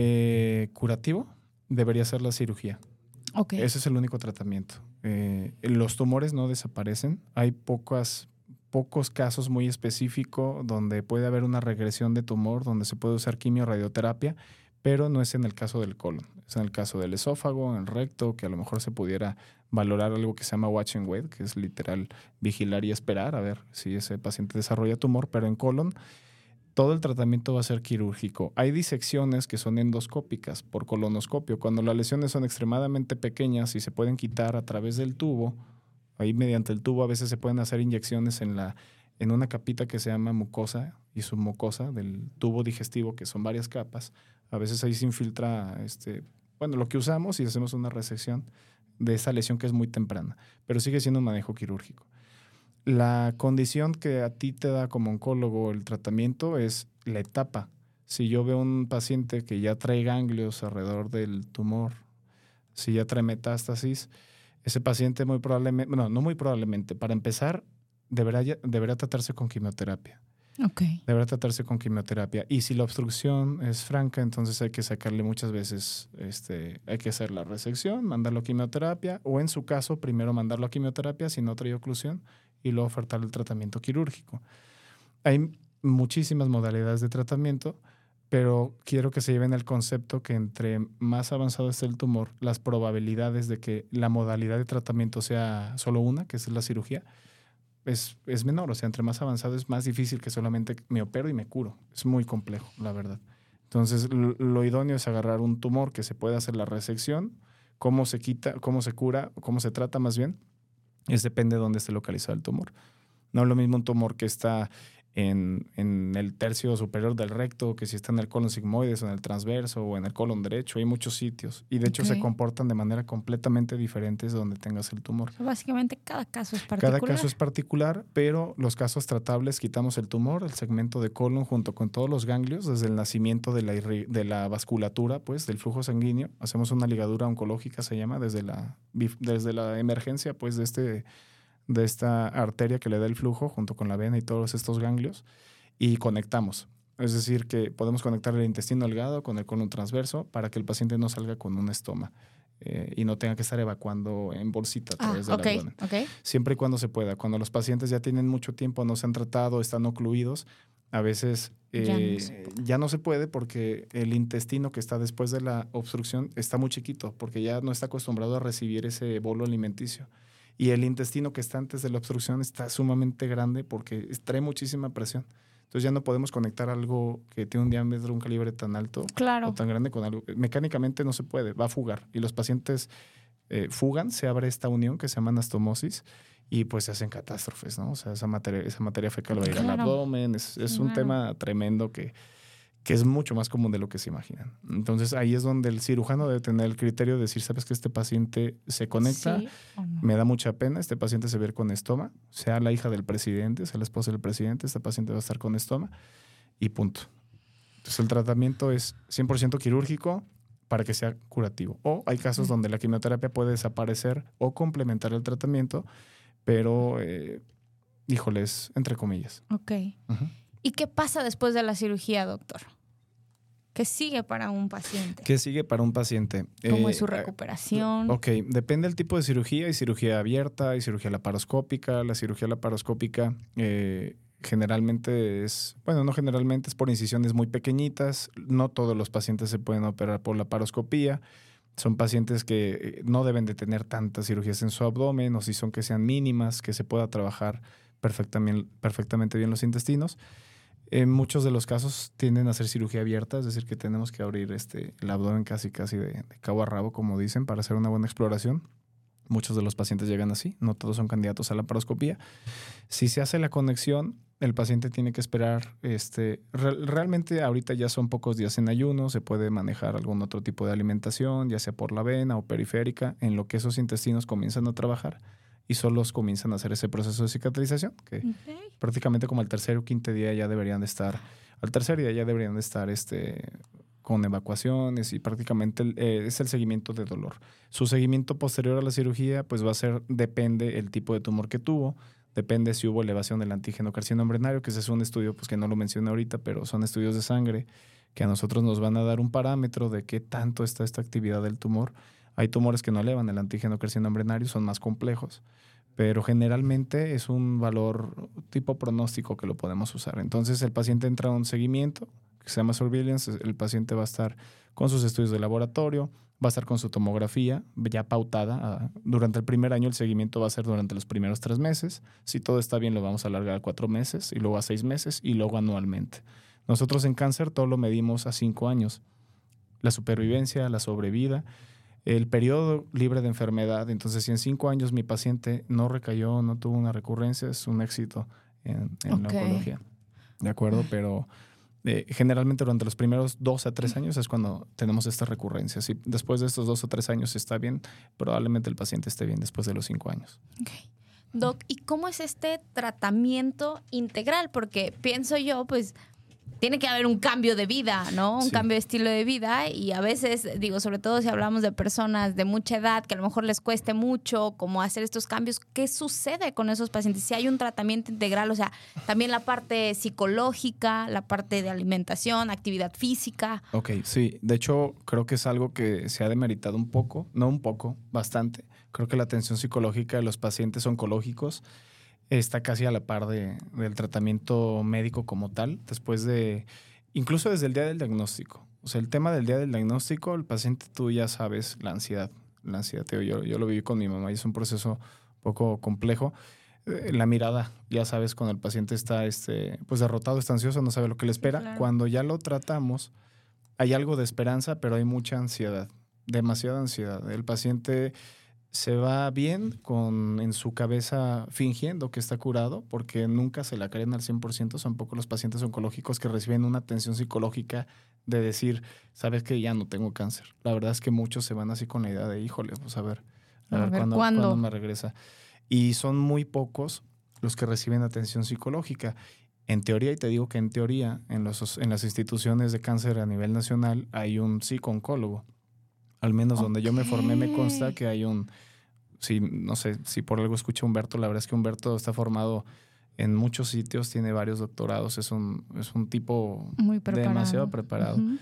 eh, curativo debería ser la cirugía. Okay. Ese es el único tratamiento. Eh, los tumores no desaparecen. Hay pocas, pocos casos muy específicos donde puede haber una regresión de tumor, donde se puede usar quimio, radioterapia, pero no es en el caso del colon. Es en el caso del esófago, en el recto, que a lo mejor se pudiera valorar algo que se llama watch and wait, que es literal vigilar y esperar a ver si ese paciente desarrolla tumor, pero en colon todo el tratamiento va a ser quirúrgico. Hay disecciones que son endoscópicas por colonoscopio. Cuando las lesiones son extremadamente pequeñas y se pueden quitar a través del tubo, ahí mediante el tubo a veces se pueden hacer inyecciones en, la, en una capita que se llama mucosa y submucosa del tubo digestivo, que son varias capas. A veces ahí se infiltra, este, bueno, lo que usamos y hacemos una resección de esa lesión que es muy temprana, pero sigue siendo un manejo quirúrgico. La condición que a ti te da como oncólogo el tratamiento es la etapa. Si yo veo un paciente que ya trae ganglios alrededor del tumor, si ya trae metástasis, ese paciente muy probablemente, bueno, no muy probablemente, para empezar, deberá, deberá tratarse con quimioterapia. Okay. Deberá tratarse con quimioterapia. Y si la obstrucción es franca, entonces hay que sacarle muchas veces, este, hay que hacer la resección, mandarlo a quimioterapia, o en su caso, primero mandarlo a quimioterapia si no trae oclusión, y luego ofertarle el tratamiento quirúrgico. Hay muchísimas modalidades de tratamiento, pero quiero que se lleven el concepto que entre más avanzado esté el tumor, las probabilidades de que la modalidad de tratamiento sea solo una, que es la cirugía, es, es menor. O sea, entre más avanzado es más difícil que solamente me opero y me curo. Es muy complejo, la verdad. Entonces, lo, lo idóneo es agarrar un tumor que se pueda hacer la resección cómo se quita, cómo se cura, cómo se trata más bien, es depende de dónde esté localizado el tumor. No es lo mismo un tumor que está en, en el tercio superior del recto, que si está en el colon sigmoides o en el transverso o en el colon derecho. Hay muchos sitios y de hecho Ok. se comportan de manera completamente diferente donde tengas el tumor. Básicamente cada caso es particular. Cada caso es particular, pero los casos tratables quitamos el tumor, el segmento de colon junto con todos los ganglios desde el nacimiento de la, irri- de la vasculatura, pues del flujo sanguíneo. Hacemos una ligadura oncológica, se llama, desde la, bif- desde la emergencia pues de, este, de esta arteria que le da el flujo junto con la vena y todos estos ganglios y conectamos. Es decir, que podemos conectar el intestino delgado con el colon transverso para que el paciente no salga con un estoma. Eh, y no tenga que estar evacuando en bolsita a Ah, través del ok, abdomen. ok. Siempre y cuando se pueda. Cuando los pacientes ya tienen mucho tiempo, no se han tratado, están ocluidos, a veces Ya eh, no se puede. ya no se puede porque el intestino que está después de la obstrucción está muy chiquito, porque ya no está acostumbrado a recibir ese bolo alimenticio. Y el intestino que está antes de la obstrucción está sumamente grande porque trae muchísima presión. Entonces ya no podemos conectar algo que tiene un diámetro, un calibre tan alto Claro. o tan grande con algo. Mecánicamente no se puede, va a fugar. Y los pacientes eh, fugan, se abre esta unión que se llama anastomosis y pues se hacen catástrofes, ¿no? O sea, esa materia, esa materia fecal va a ir al Claro. abdomen. Es, es un Claro. tema tremendo que, que es mucho más común de lo que se imaginan. Entonces ahí es donde el cirujano debe tener el criterio de decir, ¿sabes que este paciente se conecta? Sí o no. Me da mucha pena, este paciente se va a ir con estoma, sea la hija del presidente, sea la esposa del presidente, este paciente va a estar con estoma y punto. Entonces el tratamiento es cien por ciento quirúrgico para que sea curativo. O hay casos Mm. donde la quimioterapia puede desaparecer o complementar el tratamiento, pero, eh, híjoles, entre comillas. Ok. Ujú. ¿Y qué pasa después de la cirugía, doctor? ¿Qué sigue para un paciente? ¿Qué sigue para un paciente? ¿Cómo Eh, es su recuperación? Ok, depende del tipo de cirugía. Hay cirugía abierta, hay cirugía laparoscópica. La cirugía laparoscópica eh, generalmente es, bueno, no generalmente, es por incisiones muy pequeñitas. No todos los pacientes se pueden operar por laparoscopía. Son pacientes que no deben de tener tantas cirugías en su abdomen o si son que sean mínimas, que se pueda trabajar perfectamente, perfectamente bien los intestinos. En muchos de los casos tienden a hacer cirugía abierta, es decir, que tenemos que abrir este, el abdomen casi, casi de, de cabo a rabo, como dicen, para hacer una buena exploración. Muchos de los pacientes llegan así, no todos son candidatos a la laparoscopía. Si se hace la conexión, el paciente tiene que esperar, este, re- realmente ahorita ya son pocos días en ayuno, se puede manejar algún otro tipo de alimentación, ya sea por la vena o periférica, en lo que esos intestinos comienzan a trabajar y solos comienzan a hacer ese proceso de cicatrización, que Ok. prácticamente como al tercer o quinto día ya deberían de estar, al tercer día ya deberían de estar este, con evacuaciones y prácticamente el- eh, es el seguimiento de dolor. Su seguimiento posterior a la cirugía pues va a ser, depende el tipo de tumor que tuvo, depende si hubo elevación del antígeno carcinoma embrionario, que ese es un estudio pues que no lo mencioné ahorita, pero son estudios de sangre que a nosotros nos van a dar un parámetro de qué tanto está esta actividad del tumor. Hay tumores que no elevan el antígeno carcinoma embrionario, son más complejos, pero generalmente es un valor tipo pronóstico que lo podemos usar. Entonces el paciente entra a un seguimiento que se llama surveillance, el paciente va a estar con sus estudios de laboratorio, va a estar con su tomografía ya pautada. ah, Durante el primer año el seguimiento va a ser durante los primeros tres meses. Si todo está bien lo vamos a alargar a cuatro meses y luego a seis meses y luego anualmente. Nosotros en cáncer todo lo medimos a cinco años. La supervivencia, la sobrevida, el periodo libre de enfermedad. Entonces, si en cinco años mi paciente no recayó, no tuvo una recurrencia, es un éxito en, en Ok. la oncología. ¿De acuerdo? Pero eh, generalmente durante los primeros dos a tres años es cuando tenemos estas recurrencias. Si después de estos dos o tres años está bien, probablemente el paciente esté bien después de los cinco años. Ok. Doc, ¿y cómo es este tratamiento integral? Porque pienso yo, pues, tiene que haber un cambio de vida, ¿no? Un Sí. cambio de estilo de vida y a veces, digo, sobre todo si hablamos de personas de mucha edad que a lo mejor les cueste mucho como hacer estos cambios, ¿qué sucede con esos pacientes? Si hay un tratamiento integral, o sea, también la parte psicológica, la parte de alimentación, actividad física. Ok, sí. De hecho, creo que es algo que se ha demeritado un poco, no un poco, bastante. Creo que la atención psicológica de los pacientes oncológicos está casi a la par de, del tratamiento médico como tal, después de, incluso desde el día del diagnóstico. O sea, el tema del día del diagnóstico, el paciente, tú ya sabes, la ansiedad. La ansiedad, te digo, yo, yo lo viví con mi mamá y es un proceso un poco complejo. Eh, La mirada, ya sabes, cuando el paciente está este, pues derrotado, está ansioso, no sabe lo que le espera. claro. Cuando ya lo tratamos, hay algo de esperanza, pero hay mucha ansiedad. demasiada ansiedad. El paciente se va bien con en su cabeza fingiendo que está curado porque nunca se la creen al cien por ciento. Son pocos los pacientes oncológicos que reciben una atención psicológica de decir, sabes que ya no tengo cáncer. La verdad es que muchos se van así con la idea de, híjole, pues a ver, a, a ver, ver ¿cuándo, ¿cuándo? ¿cuándo me regresa? Y son muy pocos los que reciben atención psicológica. En teoría, y te digo que en teoría, en, los, en las instituciones de cáncer a nivel nacional hay un psico-oncólogo. Al menos okay. donde yo me formé me consta que hay un... Sí, no sé si por algo escucha Humberto, la verdad es que Humberto está formado en muchos sitios, tiene varios doctorados, es un, es un tipo muy preparado. demasiado preparado. Uh-huh.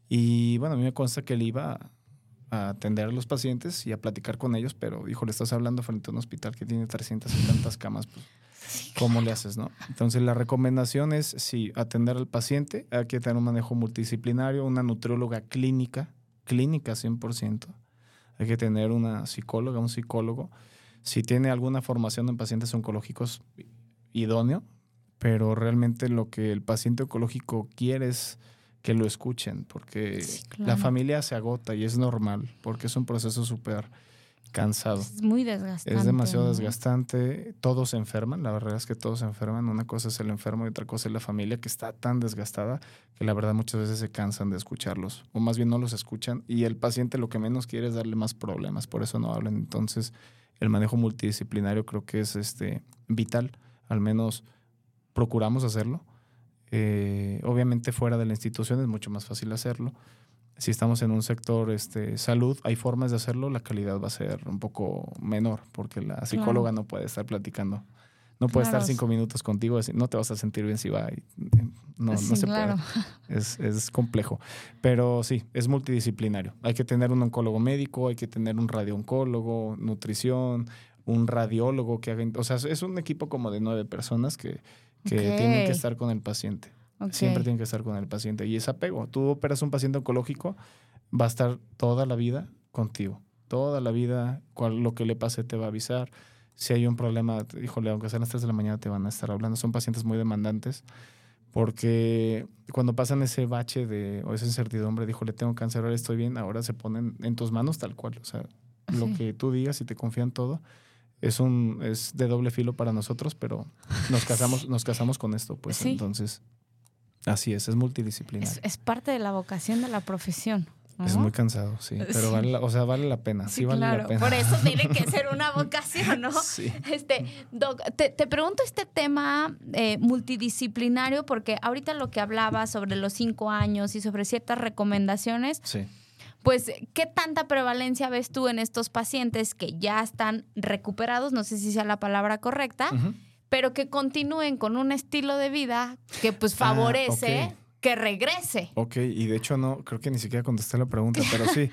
Y bueno, a mí me consta que él iba a atender a los pacientes y a platicar con ellos, pero hijo, le estás hablando frente a un hospital que tiene trescientas y tantas camas, pues, ¿cómo le haces, no? Entonces la recomendación es, sí, atender al paciente, hay que tener un manejo multidisciplinario, una nutrióloga clínica, clínica cien por ciento. Hay que tener una psicóloga, un psicólogo. Si tiene alguna formación en pacientes oncológicos, idóneo, pero realmente lo que el paciente oncológico quiere es que lo escuchen, porque sí, claro. la familia se agota y es normal, porque es un proceso súper cansado. Es muy desgastante. Es demasiado ¿no? desgastante. Todos se enferman, la verdad es que todos se enferman. Una cosa es el enfermo y otra cosa es la familia, que está tan desgastada que la verdad muchas veces se cansan de escucharlos, o más bien no los escuchan, y el paciente lo que menos quiere es darle más problemas, por eso no hablan. Entonces el manejo multidisciplinario creo que es este, vital, al menos procuramos hacerlo. Eh, obviamente fuera de la institución es mucho más fácil hacerlo. Si estamos en un sector este, salud, hay formas de hacerlo, la calidad va a ser un poco menor, porque la psicóloga claro. no puede estar platicando. No puede claro. estar cinco minutos contigo, no te vas a sentir bien si va. Y, no, sí, no se claro. puede. Es, es complejo. Pero sí, es multidisciplinario. Hay que tener un oncólogo médico, hay que tener un radiooncólogo, nutrición, un radiólogo que haga... O sea, es un equipo como de nueve personas que, que okay. tienen que estar con el paciente. Okay. Siempre tienen que estar con el paciente. Y es apego. Tú operas un paciente oncológico, va a estar toda la vida contigo. Toda la vida, cual, lo que le pase te va a avisar. Si hay un problema, híjole, aunque sean las tres de la mañana te van a estar hablando. Son pacientes muy demandantes porque cuando pasan ese bache de, o esa incertidumbre, híjole, tengo cáncer, ahora estoy bien, ahora se ponen en tus manos tal cual. O sea, sí. lo que tú digas y te confían todo. Es un es de doble filo para nosotros, pero nos casamos, sí. nos casamos con esto, pues sí. entonces... Así es, es multidisciplinario. Es, es parte de la vocación de la profesión, ¿no? Es muy cansado, sí, pero sí. Vale, la, o sea, vale la pena, sí, sí vale claro. la pena. Por eso tiene que ser una vocación, ¿no? Sí. Este, Doc, te, te pregunto este tema eh, multidisciplinario porque ahorita lo que hablaba sobre los cinco años y sobre ciertas recomendaciones, sí. pues, ¿qué tanta prevalencia ves tú en estos pacientes que ya están recuperados? No sé si sea la palabra correcta, uh-huh. pero que continúen con un estilo de vida que pues favorece ah, okay. que regrese. Ok, y de hecho no, creo que ni siquiera contesté la pregunta, pero sí.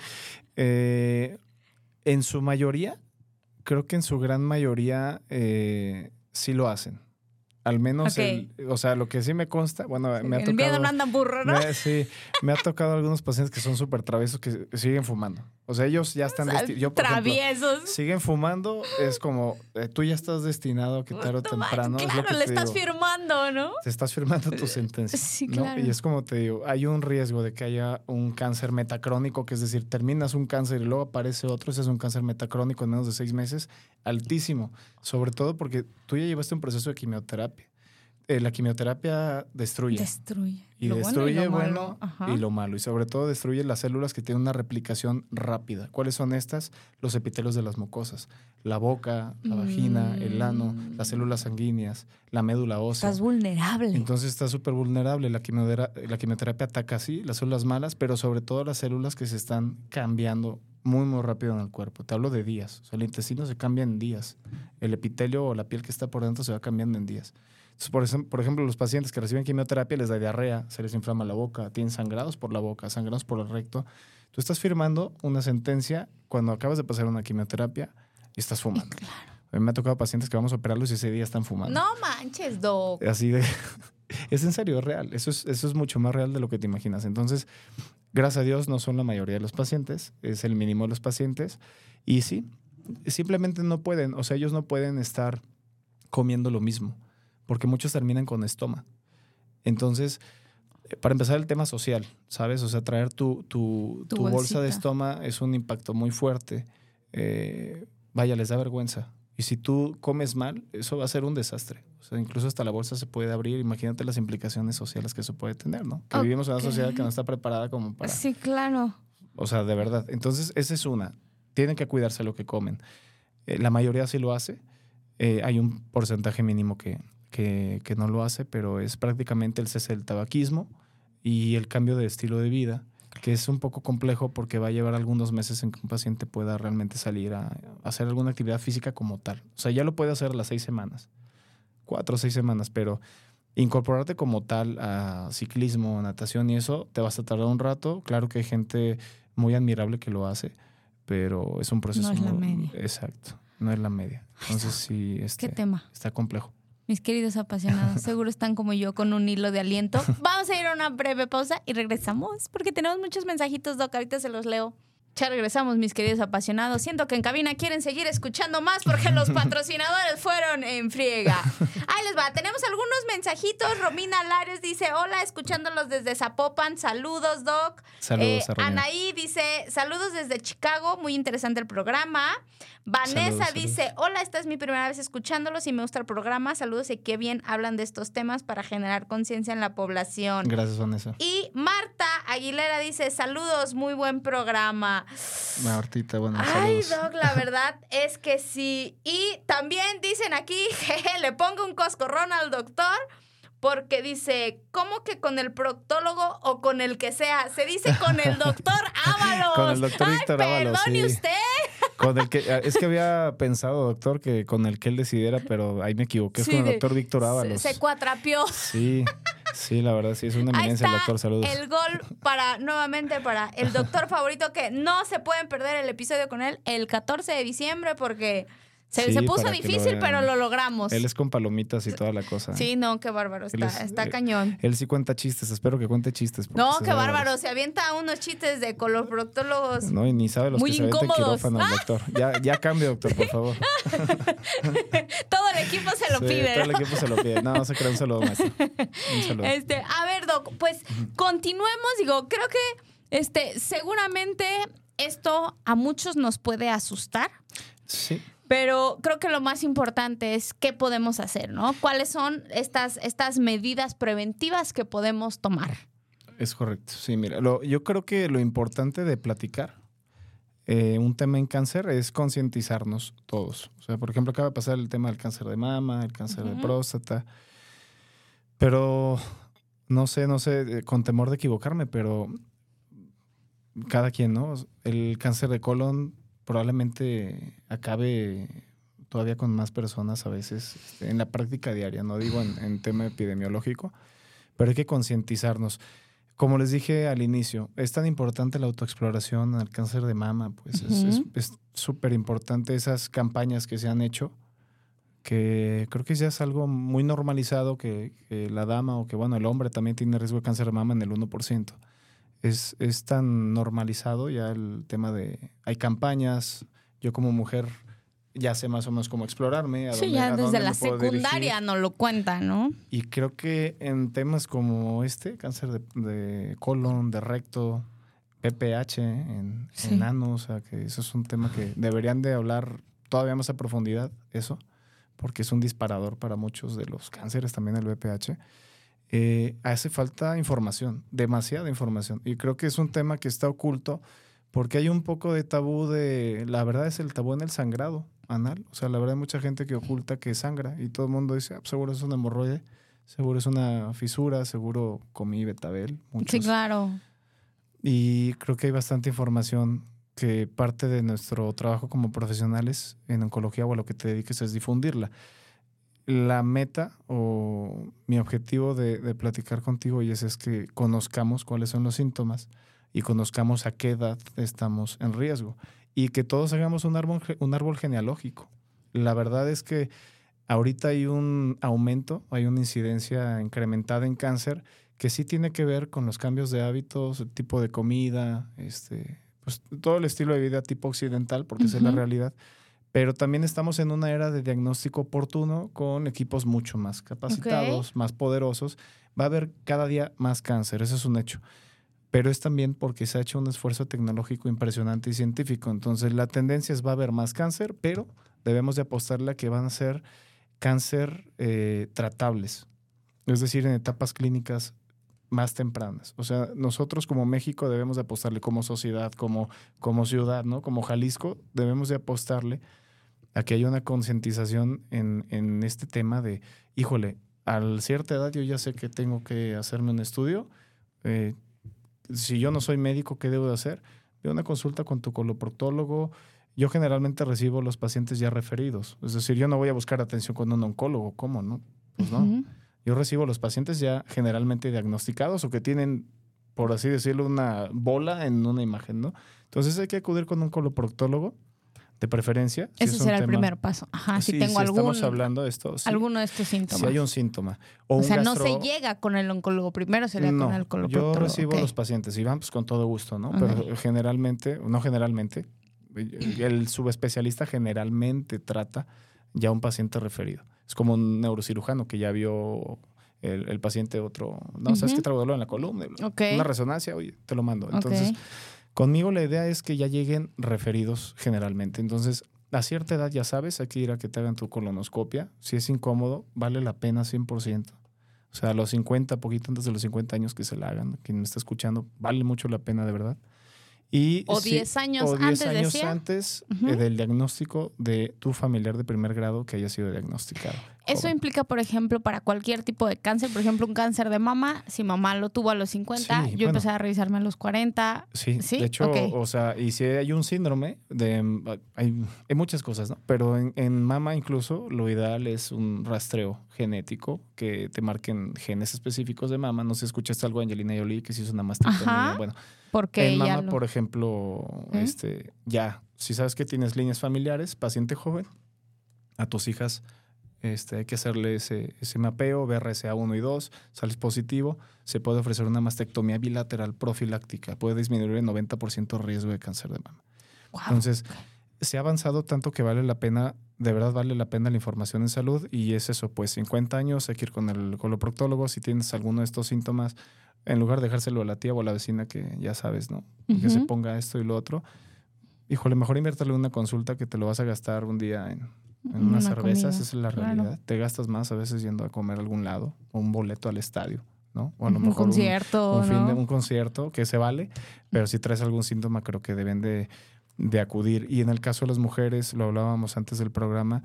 Eh, en su mayoría, creo que en su gran mayoría eh, sí lo hacen. Al menos, okay. el, o sea, lo que sí me consta, bueno, me ha tocado... El miedo no anda burro, ¿no? Me, sí, me ha tocado algunos pacientes que son súper traviesos que siguen fumando. O sea, ellos ya están... Desti- yo, por traviesos. Ejemplo, siguen fumando, es como, eh, tú ya estás destinado a que tarde o temprano... Claro, es lo que le te estás digo, firmando, ¿no? Te estás firmando tu sentencia. Sí, ¿no? claro. Y es como te digo, hay un riesgo de que haya un cáncer metacrónico, que es decir, terminas un cáncer y luego aparece otro, ese es un cáncer metacrónico en menos de seis meses, altísimo. Sobre todo porque tú ya llevaste un proceso de quimioterapia. Eh, la quimioterapia destruye. Destruye. Y lo destruye bueno, y lo, bueno malo. y lo malo. Y sobre todo destruye las células que tienen una replicación rápida. ¿Cuáles son estas? Los epitelios de las mucosas. La boca, la mm. vagina, el ano, las células sanguíneas, la médula ósea. Estás vulnerable. Entonces estás súper vulnerable. La quimioterapia, la quimioterapia ataca así las células malas, pero sobre todo las células que se están cambiando muy, muy rápido en el cuerpo. Te hablo de días. O sea, el intestino se cambia en días. El epitelio o la piel que está por dentro se va cambiando en días. Entonces, por, ejemplo, por ejemplo, los pacientes que reciben quimioterapia les da diarrea, se les inflama la boca, tienen sangrados por la boca, sangrados por el recto. Tú estás firmando una sentencia cuando acabas de pasar una quimioterapia y estás fumando. Claro. A mí me ha tocado pacientes que vamos a operarlos y ese día están fumando. No manches, Doc. Así de... Es en serio, es real. Eso es, eso es mucho más real de lo que te imaginas. Entonces, gracias a Dios, no son la mayoría de los pacientes, es el mínimo de los pacientes. Y sí, simplemente no pueden, o sea, ellos no pueden estar comiendo lo mismo, porque muchos terminan con estoma. Entonces, Para empezar, el tema social, ¿sabes? O sea, traer tu, tu, Tu tu bolsa de bolsita. estoma es un impacto muy fuerte. Eh, vaya, les da vergüenza. Y si tú comes mal, eso va a ser un desastre. O sea, incluso hasta la bolsa se puede abrir. Imagínate las implicaciones sociales que eso puede tener, ¿no? Que Ok. vivimos en una sociedad que no está preparada como para... Sí, claro. O sea, de verdad. Entonces, esa es una. Tienen que cuidarse lo que comen. Eh, la mayoría sí lo hace. Eh, hay un porcentaje mínimo que, que, que no lo hace, pero es prácticamente el cese del tabaquismo y el cambio de estilo de vida, que es un poco complejo porque va a llevar algunos meses en que un paciente pueda realmente salir a, a hacer alguna actividad física como tal. O sea, ya lo puede hacer a las seis semanas, cuatro o seis semanas, pero incorporarte como tal a ciclismo, natación y eso, te vas a tardar un rato. Claro que hay gente muy admirable que lo hace, pero es un proceso. No es la muy- media. Exacto, no es la media. Entonces sí, este, ¿Qué tema? está complejo. Mis queridos apasionados, seguro están como yo con un hilo de aliento. Vamos a ir a una breve pausa y regresamos porque tenemos muchos mensajitos, Doc. Ahorita se los leo. Ya regresamos, mis queridos apasionados. Siento que en cabina quieren seguir escuchando más porque los patrocinadores fueron en friega. Ahí les va. Tenemos algunos mensajitos. Romina Lares dice, hola, escuchándolos desde Zapopan. Saludos, Doc. Saludos Eh, a Romina. Anaí dice, saludos desde Chicago. Muy interesante el programa. Vanessa Saludos, dice, saludos. hola, esta es mi primera vez escuchándolos y me gusta el programa. Saludos y qué bien hablan de estos temas para generar conciencia en la población. Gracias, Vanessa. Y Marta Aguilera dice, saludos, muy buen programa. Martita, bueno, Ay, saludos. Doc, la verdad es que sí. Y también dicen aquí, jeje, le pongo un coscorrón al doctor porque dice, ¿cómo que con el proctólogo o con el que sea? Se dice con el doctor Ábalos. Con el doctor Ay, Víctor Ábalos, perdone sí. usted. Con el que, es que había pensado, doctor, que con el que él decidiera, pero ahí me equivoqué. Es Sí, con el de- doctor Víctor Se, Ábalos. se cuatrapió. Sí, sí, la verdad, sí, es una Ahí eminencia está el doctor. Saludos. el gol para, nuevamente, para el doctor favorito, que no se pueden perder el episodio con él el catorce de diciembre porque se, Sí, se puso para que lo difícil, vean. pero lo logramos. Él es con palomitas y toda la cosa. Sí, no, qué bárbaro. Él Está, es- está eh, cañón. Él sí cuenta chistes, espero que cuente chistes. porque No, se qué sabe bárbaro. varios. Se avienta unos chistes de coloproctólogos. No, y ni sabe los Muy que se avienta en incómodos. quirófano el doctor. Ya, ya cambie, doctor, por favor. Todo el equipo se lo Sí, pide, todo el ¿no? equipo se lo pide. No, no se crea, un saludo, maestro. Un saludo. Este, a ver, Doc, pues continuemos. Digo, creo que este, seguramente esto a muchos nos puede asustar. Sí. Pero creo que lo más importante es qué podemos hacer, ¿no? ¿Cuáles son estas, estas medidas preventivas que podemos tomar? Es correcto, sí, mira, lo- yo creo que lo importante de platicar eh, un tema en cáncer es concientizarnos todos. O sea, por ejemplo, acaba de pasar el tema del cáncer de mama, el cáncer de Ujú. próstata, pero no sé, no sé, eh, con temor de equivocarme, pero cada quien, ¿no? El cáncer de colon probablemente acabe todavía con más personas a veces este, en la práctica diaria, no digo en, en tema epidemiológico, pero hay que concientizarnos. Como les dije al inicio, es tan importante la autoexploración al cáncer de mama, pues es- es Ujú. es súper importante esas campañas que se han hecho, que creo que ya es algo muy normalizado que, que la dama o que bueno, el hombre también tiene riesgo de cáncer de mama en el uno por ciento. Es, es tan normalizado ya el tema de... Hay campañas, yo como mujer ya sé más o menos cómo explorarme. A Sí, dónde- ya a desde dónde la me puedo dirigir. secundaria nos lo cuenta, ¿no? Y creo que en temas como este, cáncer de, de colon, de recto, P P H en, Sí. en ano, o sea, que eso es un tema que deberían de hablar todavía más a profundidad, eso, porque es un disparador para muchos de los cánceres, también el B P H. Eh, hace falta información, demasiada información. Y creo que es un tema que está oculto porque hay un poco de tabú de... La verdad es el tabú en el sangrado anal. O sea, la verdad hay mucha gente que oculta que sangra y todo el mundo dice, ah, seguro es una hemorroide, seguro es una fisura, seguro comí betabel. Muchos. Sí, claro. Y creo que hay bastante información que parte de nuestro trabajo como profesionales en oncología o a lo que te dediques es difundirla. La meta o mi objetivo de, de platicar contigo y es, es que conozcamos cuáles son los síntomas y conozcamos a qué edad estamos en riesgo y que todos hagamos un árbol, un árbol genealógico. La verdad es que ahorita hay un aumento, hay una incidencia incrementada en cáncer que sí tiene que ver con los cambios de hábitos, el tipo de comida, este, pues todo el estilo de vida tipo occidental, porque esa es la Ujú. realidad. Pero también estamos en una era de diagnóstico oportuno con equipos mucho más capacitados, Ok. más poderosos. Va a haber cada día más cáncer, eso es un hecho. Pero es también porque se ha hecho un esfuerzo tecnológico impresionante y científico. Entonces la tendencia es va a haber más cáncer, pero debemos de apostarle a que van a ser cáncer eh, tratables. Es decir, en etapas clínicas más tempranas. O sea, nosotros como México debemos de apostarle como sociedad, como, como ciudad, ¿no? Como Jalisco, debemos de apostarle a que haya una concientización en, en este tema de, híjole, a cierta edad yo ya sé que tengo que hacerme un estudio. Eh, si yo no soy médico, ¿qué debo de hacer? Ve una consulta con tu coloproctólogo. Yo generalmente recibo los pacientes ya referidos. Es decir, yo no voy a buscar atención con un oncólogo. ¿Cómo, no? Pues no. Ujú. Yo recibo los pacientes ya generalmente diagnosticados o que tienen, por así decirlo, una bola en una imagen, ¿no? Entonces hay que acudir con un coloproctólogo, de preferencia. Si Ese es un será el tema- primer paso. Ajá, si Sí, tengo si algún, estamos hablando de esto, sí. alguno de estos síntomas. Si hay un síntoma. O, o un sea, no gastro- se llega con el oncólogo primero, sería No, con el yo coloproctólogo. recibo Ok. los pacientes y van pues con todo gusto, ¿no? Ok. Pero generalmente, no generalmente, el subespecialista generalmente trata ya un paciente referido. Es como un neurocirujano que ya vio el, el paciente otro, no, ¿sabes Ujú. qué? Traigo dolor en la columna, Ok. una resonancia, oye, te lo mando. Entonces, Ok. conmigo la idea es que ya lleguen referidos generalmente. Entonces, a cierta edad ya sabes, hay que ir a que te hagan tu colonoscopia. Si es incómodo, vale la pena cien por ciento. O sea, a los cincuenta, poquito antes de los cincuenta años que se la hagan, quien me está escuchando, vale mucho la pena de verdad. Y O sí, diez años o diez antes, años decía. antes Ujú. eh, del diagnóstico de tu familiar de primer grado que haya sido diagnosticado. Eso Joven. implica, por ejemplo, para cualquier tipo de cáncer, por ejemplo, un cáncer de mama, si mamá lo tuvo a los cincuenta, Sí, yo bueno. empecé a revisarme a los cuarenta. Sí, ¿Sí? de hecho, Ok. o sea, y si hay un síndrome de hay, hay muchas cosas, ¿no? Pero en, en mama incluso lo ideal es un rastreo genético que te marquen genes específicos de mama. No sé si escuchaste algo de Angelina Jolie que se hizo una mastectomía. Ajá. Bueno, Porque en ella mama, lo... por ejemplo, ¿Eh? este, ya, si sabes que tienes líneas familiares, paciente joven, a tus hijas este, hay que hacerle ese, ese mapeo, B R C A uno y dos, sales positivo, se puede ofrecer una mastectomía bilateral profiláctica, puede disminuir el noventa por ciento riesgo de cáncer de mama. Wow. Entonces, se ha avanzado tanto que vale la pena, de verdad vale la pena la información en salud y es eso, pues cincuenta años, hay que ir con el coloproctólogo, si tienes alguno de estos síntomas, en lugar de dejárselo a la tía o a la vecina que ya sabes, ¿no? Que se Ujú. ponga esto y lo otro. Híjole, mejor inviértale una consulta que te lo vas a gastar un día en, en Una unas cervezas, comida, esa es la claro. realidad. Te gastas más a veces yendo a comer a algún lado o un boleto al estadio, ¿no? O a lo Un mejor un, concierto, un fin ¿no? de un concierto que se vale, pero si traes algún síntoma creo que deben de, de acudir. Y en el caso de las mujeres, lo hablábamos antes del programa,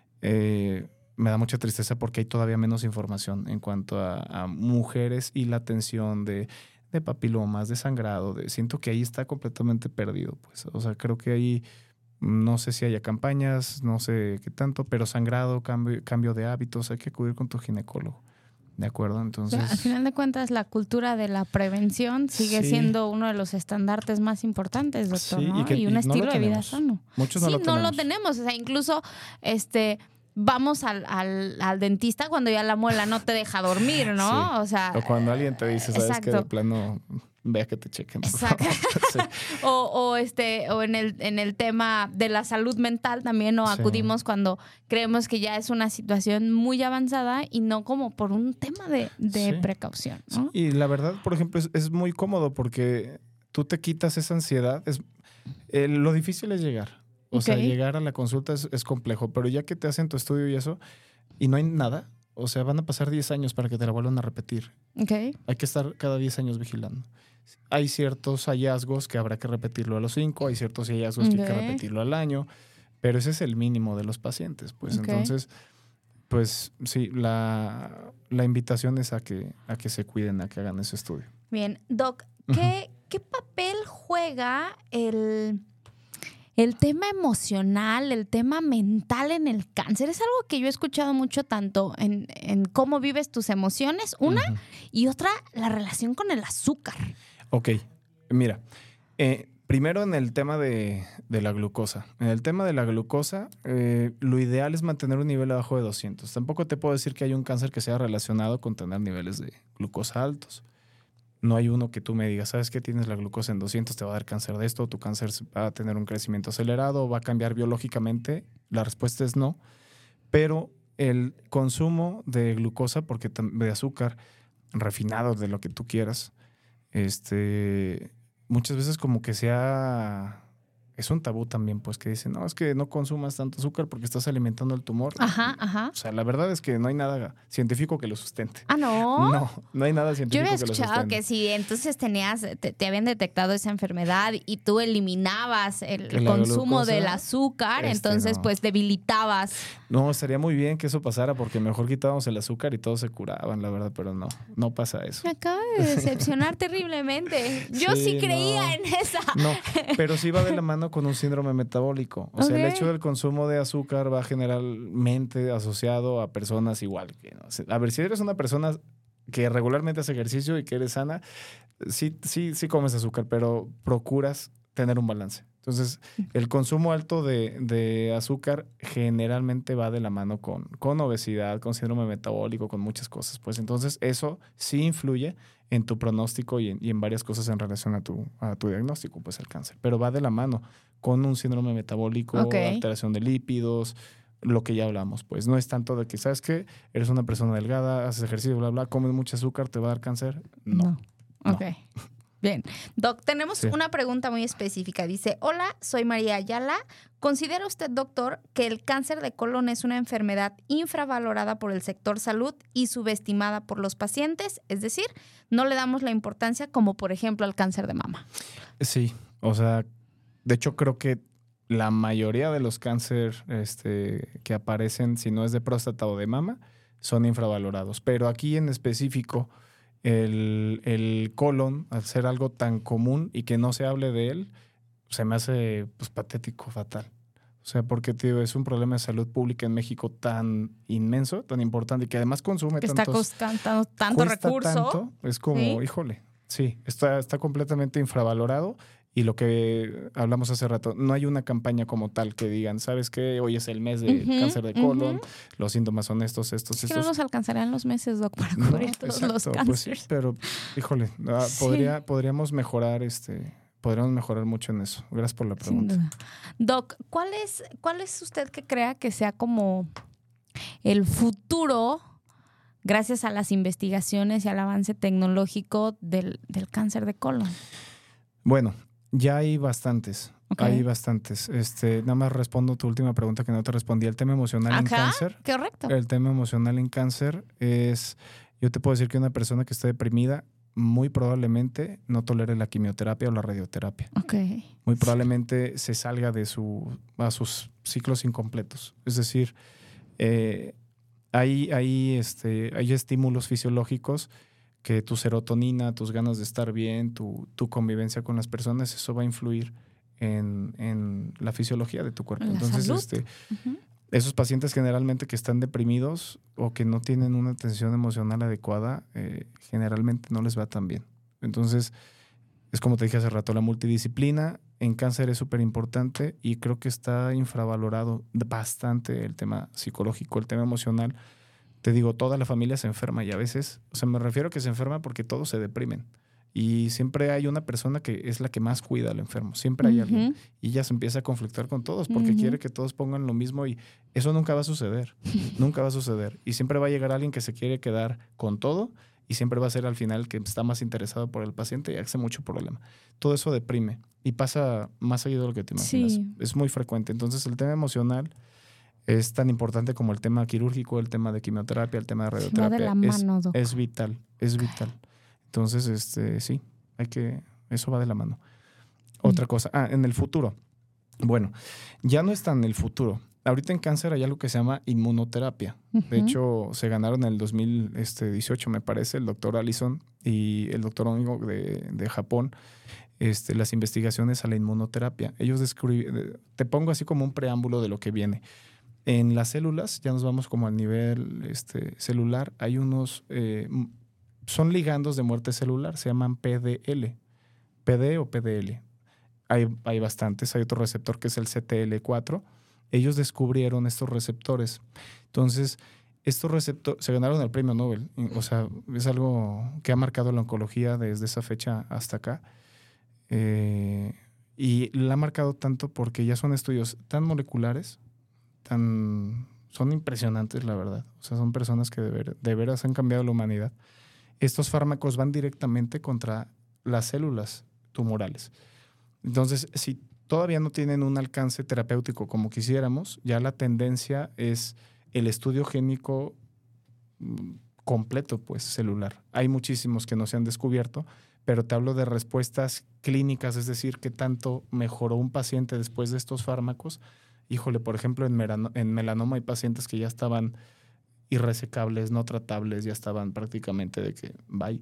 eh, me da mucha tristeza porque hay todavía menos información en cuanto a, a mujeres y la atención de, de papilomas, de sangrado. De, siento que ahí está completamente perdido. Pues. O sea, creo que ahí no sé si haya campañas, no sé qué tanto, pero sangrado, cambio, cambio de hábitos, hay que acudir con tu ginecólogo. ¿De acuerdo? O Entonces... sea, al final de cuentas, la cultura de la prevención sigue Sí. siendo uno de los estandartes más importantes, doctor, Sí, ¿no? y Y, que- un y no estilo lo de vida tenemos. sano. Muchos Sí, no lo no tenemos. lo tenemos. O sea, incluso este vamos al, al, al dentista cuando ya la muela no te deja dormir, ¿no? Sí. O sea, O cuando alguien te dice, ¿sabes exacto. que de plano vea que te chequen? por Exacto. favor"? Sí. O, o este, o en el, en el tema de la salud mental también no Sí. acudimos cuando creemos que ya es una situación muy avanzada y no como por un tema de, de Sí. precaución, ¿no? Y la verdad, por ejemplo, es, es muy cómodo porque tú te quitas esa ansiedad. Es, eh, lo difícil es llegar. O sea, Ok. llegar a la consulta es, es complejo, pero ya que te hacen tu estudio y eso, y no hay nada, o sea, van a pasar diez años para que te la vuelvan a repetir. Ok. Hay que estar cada diez años vigilando. Hay ciertos hallazgos que habrá que repetirlo a los cinco, hay ciertos hallazgos que hay que Ok. repetirlo al año, pero ese es el mínimo de los pacientes. Pues Ok. entonces, pues sí, la, la invitación es a que, a que se cuiden, a que hagan ese estudio. Bien, Doc, ¿qué, ¿qué papel juega el, el tema emocional, el tema mental en el cáncer? Es algo que yo he escuchado mucho tanto en, en cómo vives tus emociones, una, Ujú. y otra, la relación con el azúcar. Ok, mira, eh, primero en el tema de, de la glucosa. En el tema de la glucosa, eh, lo ideal es mantener un nivel abajo de doscientos. Tampoco te puedo decir que hay un cáncer que sea relacionado con tener niveles de glucosa altos. No hay uno que tú me digas, ¿sabes qué? Tienes la glucosa en doscientos, te va a dar cáncer de esto, tu cáncer va a tener un crecimiento acelerado, va a cambiar biológicamente. La respuesta es no. Pero el consumo de glucosa, porque de azúcar refinado, de lo que tú quieras, este, muchas veces como que sea... Es un tabú también, pues, que dicen, no, es que no consumas tanto azúcar porque estás alimentando el tumor. Ajá, ajá. O sea, la verdad es que no hay nada científico que lo sustente. Ah, ¿no? No, no hay nada Yo científico había que lo escuchado sustente. que si entonces tenías, te, te habían detectado esa enfermedad y tú eliminabas el Que la consumo glucosa, del azúcar, este, entonces no. pues debilitabas. No, estaría muy bien que eso pasara porque mejor quitábamos el azúcar y todos se curaban, la verdad, pero no, no pasa eso. Me acaba de decepcionar terriblemente. Yo sí, Sí, creía no. en esa. No, pero sí va de la mano con un síndrome metabólico. O sea, el Ok. hecho del consumo de azúcar va generalmente asociado a personas igual. Que, ¿no? A ver, si eres una persona que regularmente hace ejercicio y que eres sana, sí, sí, sí comes azúcar, pero procuras tener un balance. Entonces, el consumo alto de, de azúcar generalmente va de la mano con, con obesidad, con síndrome metabólico, con muchas cosas. Pues entonces, eso sí influye en tu pronóstico y en, y en varias cosas en relación a tu, a tu diagnóstico, pues el cáncer. Pero va de la mano con un síndrome metabólico, Ok. alteración de lípidos, lo que ya hablamos. Pues no es tanto de que, ¿sabes qué? Eres una persona delgada, haces ejercicio, bla, bla, comes mucho azúcar, ¿te va a dar cáncer? No. no. Ok. Bien. Doc, tenemos Sí. una pregunta muy específica. Dice, hola, soy María Ayala. ¿Considera usted, doctor, que el cáncer de colon es una enfermedad infravalorada por el sector salud y subestimada por los pacientes? Es decir, no le damos la importancia como, por ejemplo, al cáncer de mama. Sí, o sea, de hecho creo que la mayoría de los cánceres este, que aparecen, si no es de próstata o de mama, son infravalorados. Pero aquí en específico, el, el colon, al ser algo tan común y que no se hable de él, se me hace pues, patético, fatal. O sea, porque tío, es un problema de salud pública en México tan inmenso, tan importante y que además consume Que está tantos, costando tanto cuesta recurso. tanto, es como, ¿Sí? híjole, sí, está, está completamente infravalorado. Y lo que hablamos hace rato, no hay una campaña como tal que digan, ¿sabes qué? Hoy es el mes de Ujú, cáncer de colon, ujú. los síntomas son estos, estos, Es que estos. no nos alcanzarían los meses, doc, para No, cubrir todos los exacto, pues sí, cánceres. pero, híjole, ah, Sí. podría, podríamos mejorar, este, podríamos mejorar mucho en eso. Gracias por la Sin pregunta. duda. Doc, ¿cuál es, ¿cuál es usted que crea que sea como el futuro, gracias a las investigaciones y al avance tecnológico del, del cáncer de colon? Bueno, ya hay bastantes. Ok. Hay bastantes. Este, nada más respondo tu última pregunta que no te respondí. El tema emocional en Ajá, cáncer. correcto. El tema emocional en cáncer es, yo te puedo decir que una persona que está deprimida muy probablemente no tolere la quimioterapia o la radioterapia. Ok. Muy probablemente se salga de su, a sus ciclos incompletos. Es decir, eh, hay, hay, este, hay estímulos fisiológicos que tu serotonina, tus ganas de estar bien, tu, tu convivencia con las personas, eso va a influir en, en la fisiología de tu cuerpo. En la Entonces, salud. este, Ujú. esos pacientes generalmente que están deprimidos o que no tienen una atención emocional adecuada, eh, generalmente no les va tan bien. Entonces, es como te dije hace rato, la multidisciplina en cáncer es súper importante y creo que está infravalorado bastante el tema psicológico, el tema emocional. Te digo, toda la familia se enferma y a veces, o sea, me refiero a que se enferma porque todos se deprimen. Y siempre hay una persona que es la que más cuida al enfermo. Siempre hay Ujú. alguien. Y ella se empieza a conflictar con todos porque Ujú. quiere que todos pongan lo mismo y eso nunca va a suceder. Nunca va a suceder. Y siempre va a llegar alguien que se quiere quedar con todo y siempre va a ser al final que está más interesado por el paciente y hace mucho problema. Todo eso deprime y pasa más seguido de lo que te imaginas. Sí. Es muy frecuente. Entonces el tema emocional es tan importante como el tema quirúrgico, el tema de quimioterapia, el tema de Va de radioterapia. la es, mano, doc. es vital, es vital. Entonces, este, sí, hay que, eso va de la mano. Otra cosa, ah, en el futuro. Bueno, ya no está en el futuro. Ahorita en cáncer hay algo que se llama inmunoterapia. De Ujú. hecho, se ganaron en el dos mil dieciocho, me parece, el doctor Allison y el doctor Onigo de, de Japón, este, las investigaciones a la inmunoterapia. Ellos descubrieron, te pongo así como un preámbulo de lo que viene. En las células, ya nos vamos como al nivel este, celular, hay unos, eh, son ligandos de muerte celular, se llaman P D L, P D o P D L. Hay, hay bastantes, hay otro receptor que es el C T L cuatro. Ellos descubrieron estos receptores. Entonces, estos receptores se ganaron el premio Nobel. O sea, es algo que ha marcado la oncología desde esa fecha hasta acá. Eh, y la ha marcado tanto porque ya son estudios tan moleculares, tan, son impresionantes, la verdad. O sea, son personas que de, ver, de veras han cambiado la humanidad. Estos fármacos van directamente contra las células tumorales. Entonces, si todavía no tienen un alcance terapéutico como quisiéramos, ya la tendencia es el estudio génico completo, pues, celular. Hay muchísimos que no se han descubierto, pero te hablo de respuestas clínicas, es decir, qué tanto mejoró un paciente después de estos fármacos. Híjole, por ejemplo, en, merano, en melanoma hay pacientes que ya estaban irresecables, no tratables, ya estaban prácticamente de que bye.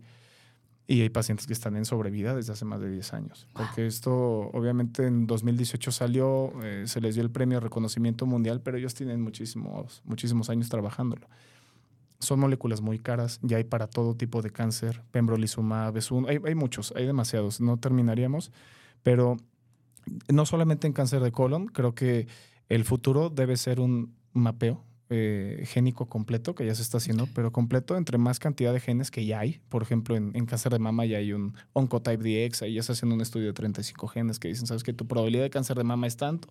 Y hay pacientes que están en sobrevida desde hace más de diez años. Porque esto, obviamente, en dos mil dieciocho salió, eh, se les dio el premio de reconocimiento mundial, pero ellos tienen muchísimos, muchísimos años trabajándolo. Son moléculas muy caras, ya hay para todo tipo de cáncer, pembrolizumab, es un, hay, hay muchos, hay demasiados, no terminaríamos, pero no solamente en cáncer de colon, creo que el futuro debe ser un mapeo Eh, génico completo, que ya se está haciendo, pero completo entre más cantidad de genes que ya hay. Por ejemplo, en, en cáncer de mama ya hay un Oncotype D X, ahí ya se está haciendo un estudio de treinta y cinco genes que dicen, ¿sabes qué? Tu probabilidad de cáncer de mama es tanto.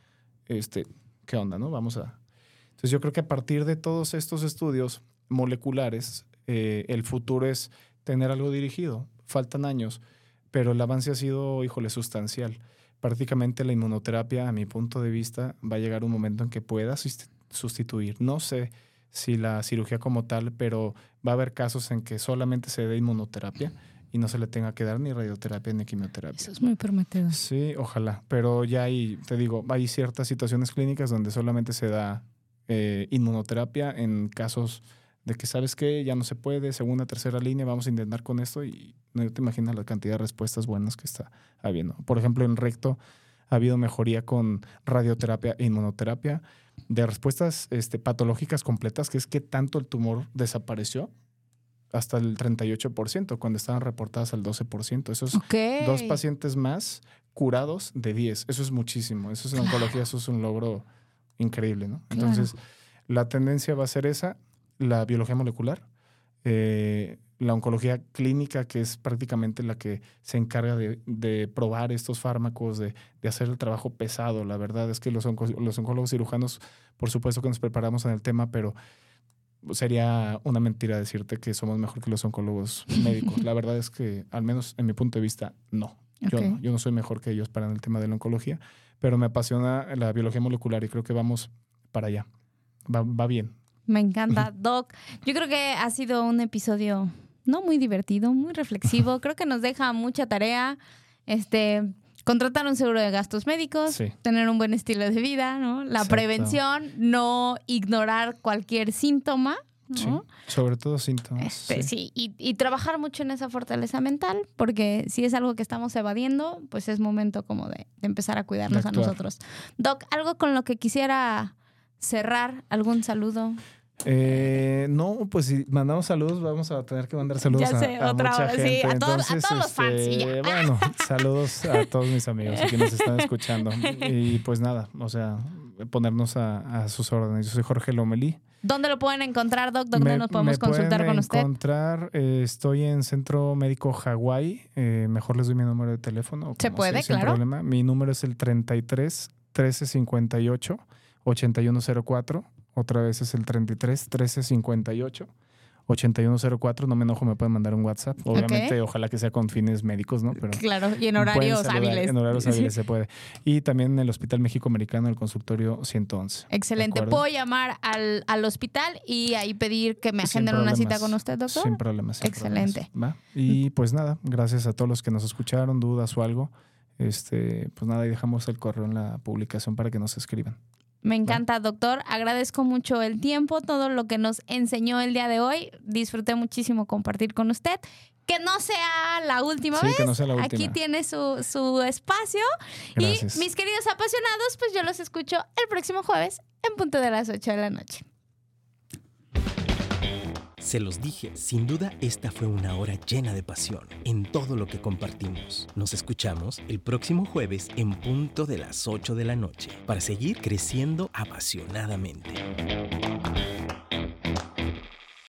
Este, ¿qué onda, no? Vamos a... Entonces yo creo que a partir de todos estos estudios moleculares, eh, el futuro es tener algo dirigido. Faltan años, pero el avance ha sido, híjole, sustancial. Prácticamente la inmunoterapia, a mi punto de vista, va a llegar un momento en que pueda sustituir. No sé si la cirugía como tal, pero va a haber casos en que solamente se dé inmunoterapia y no se le tenga que dar ni radioterapia ni quimioterapia. Eso es muy prometedor. Sí, ojalá. Pero ya hay, te digo, hay ciertas situaciones clínicas donde solamente se da eh, inmunoterapia en casos de que, ¿sabes qué? Ya no se puede, segunda, tercera línea, vamos a intentar con esto y no te imaginas la cantidad de respuestas buenas que está habiendo. Por ejemplo, en recto ha habido mejoría con radioterapia e inmunoterapia de respuestas este, patológicas completas, que es que tanto el tumor desapareció hasta el treinta y ocho por ciento, cuando estaban reportadas al doce por ciento. Eso es okay. Dos pacientes más curados de diez. Eso es muchísimo. Eso es en claro. oncología, eso es un logro increíble, ¿no? Entonces, claro. la tendencia va a ser esa, la biología molecular, eh, la oncología clínica, que es prácticamente la que se encarga de, de probar estos fármacos, de, de hacer el trabajo pesado. La verdad es que los, onco, los oncólogos cirujanos, por supuesto que nos preparamos en el tema, pero sería una mentira decirte que somos mejor que los oncólogos médicos. La verdad es que, al menos en mi punto de vista, no. Okay. Yo no. Yo no soy mejor que ellos para el tema de la oncología, pero me apasiona la biología molecular y creo que vamos para allá. Va, va bien. Me encanta, Doc. Yo creo que ha sido un episodio no muy divertido, muy reflexivo. Creo que nos deja mucha tarea. Este, contratar un seguro de gastos médicos, sí. tener un buen estilo de vida, ¿no? La Exacto. prevención, no ignorar cualquier síntoma, ¿no? Sí, sobre todo síntomas. Este, sí, sí. Y, y trabajar mucho en esa fortaleza mental, porque si es algo que estamos evadiendo, pues es momento como de, de empezar a cuidarnos a nosotros. Doc, ¿algo con lo que quisiera cerrar? ¿Algún saludo? Eh, no, pues si mandamos saludos, vamos a tener que mandar saludos ya sé, a, a otra mucha hora, gente. Sí, a, todos, Entonces, a todos los este, fans. Sí, ya. Bueno, saludos a todos mis amigos que nos están escuchando. Y pues nada, o sea, ponernos a, a sus órdenes. Yo soy Jorge Lomelí. ¿Dónde lo pueden encontrar, Doc? ¿Dónde me, nos podemos consultar con usted? encontrar, eh, estoy en Centro Médico Hawái. Eh, mejor les doy mi número de teléfono. Se puede, sea, claro. Sin problema. Mi número es el treinta y tres, trece cincuenta y ocho, ochenta y uno cero cuatro. Otra vez es el treinta y tres, trece cincuenta y ocho, ochenta y uno cero cuatro. No me enojo, me pueden mandar un WhatsApp. Obviamente, okay. ojalá que sea con fines médicos, ¿no? Pero claro, y en horarios hábiles. En horarios hábiles se puede. Y también en el Hospital México Americano, el consultorio ciento once. Excelente. ¿Puedo llamar al, al hospital y ahí pedir que me agenden una cita con usted, doctor? Sin problemas. Sin Excelente. Problemas, ¿va? Y pues nada, gracias a todos los que nos escucharon, dudas o algo. Este, pues nada, y dejamos el correo en la publicación para que nos escriban. Me encanta, doctor. Agradezco mucho el tiempo, todo lo que nos enseñó el día de hoy. Disfruté muchísimo compartir con usted. Que no sea la última sí, vez. Que no sea la última. Aquí tiene su, su espacio. Gracias. Y mis queridos apasionados, pues yo los escucho el próximo jueves en punto de las ocho de la noche. Se los dije, sin duda esta fue una hora llena de pasión en todo lo que compartimos. Nos escuchamos el próximo jueves en punto de las ocho de la noche para seguir creciendo apasionadamente.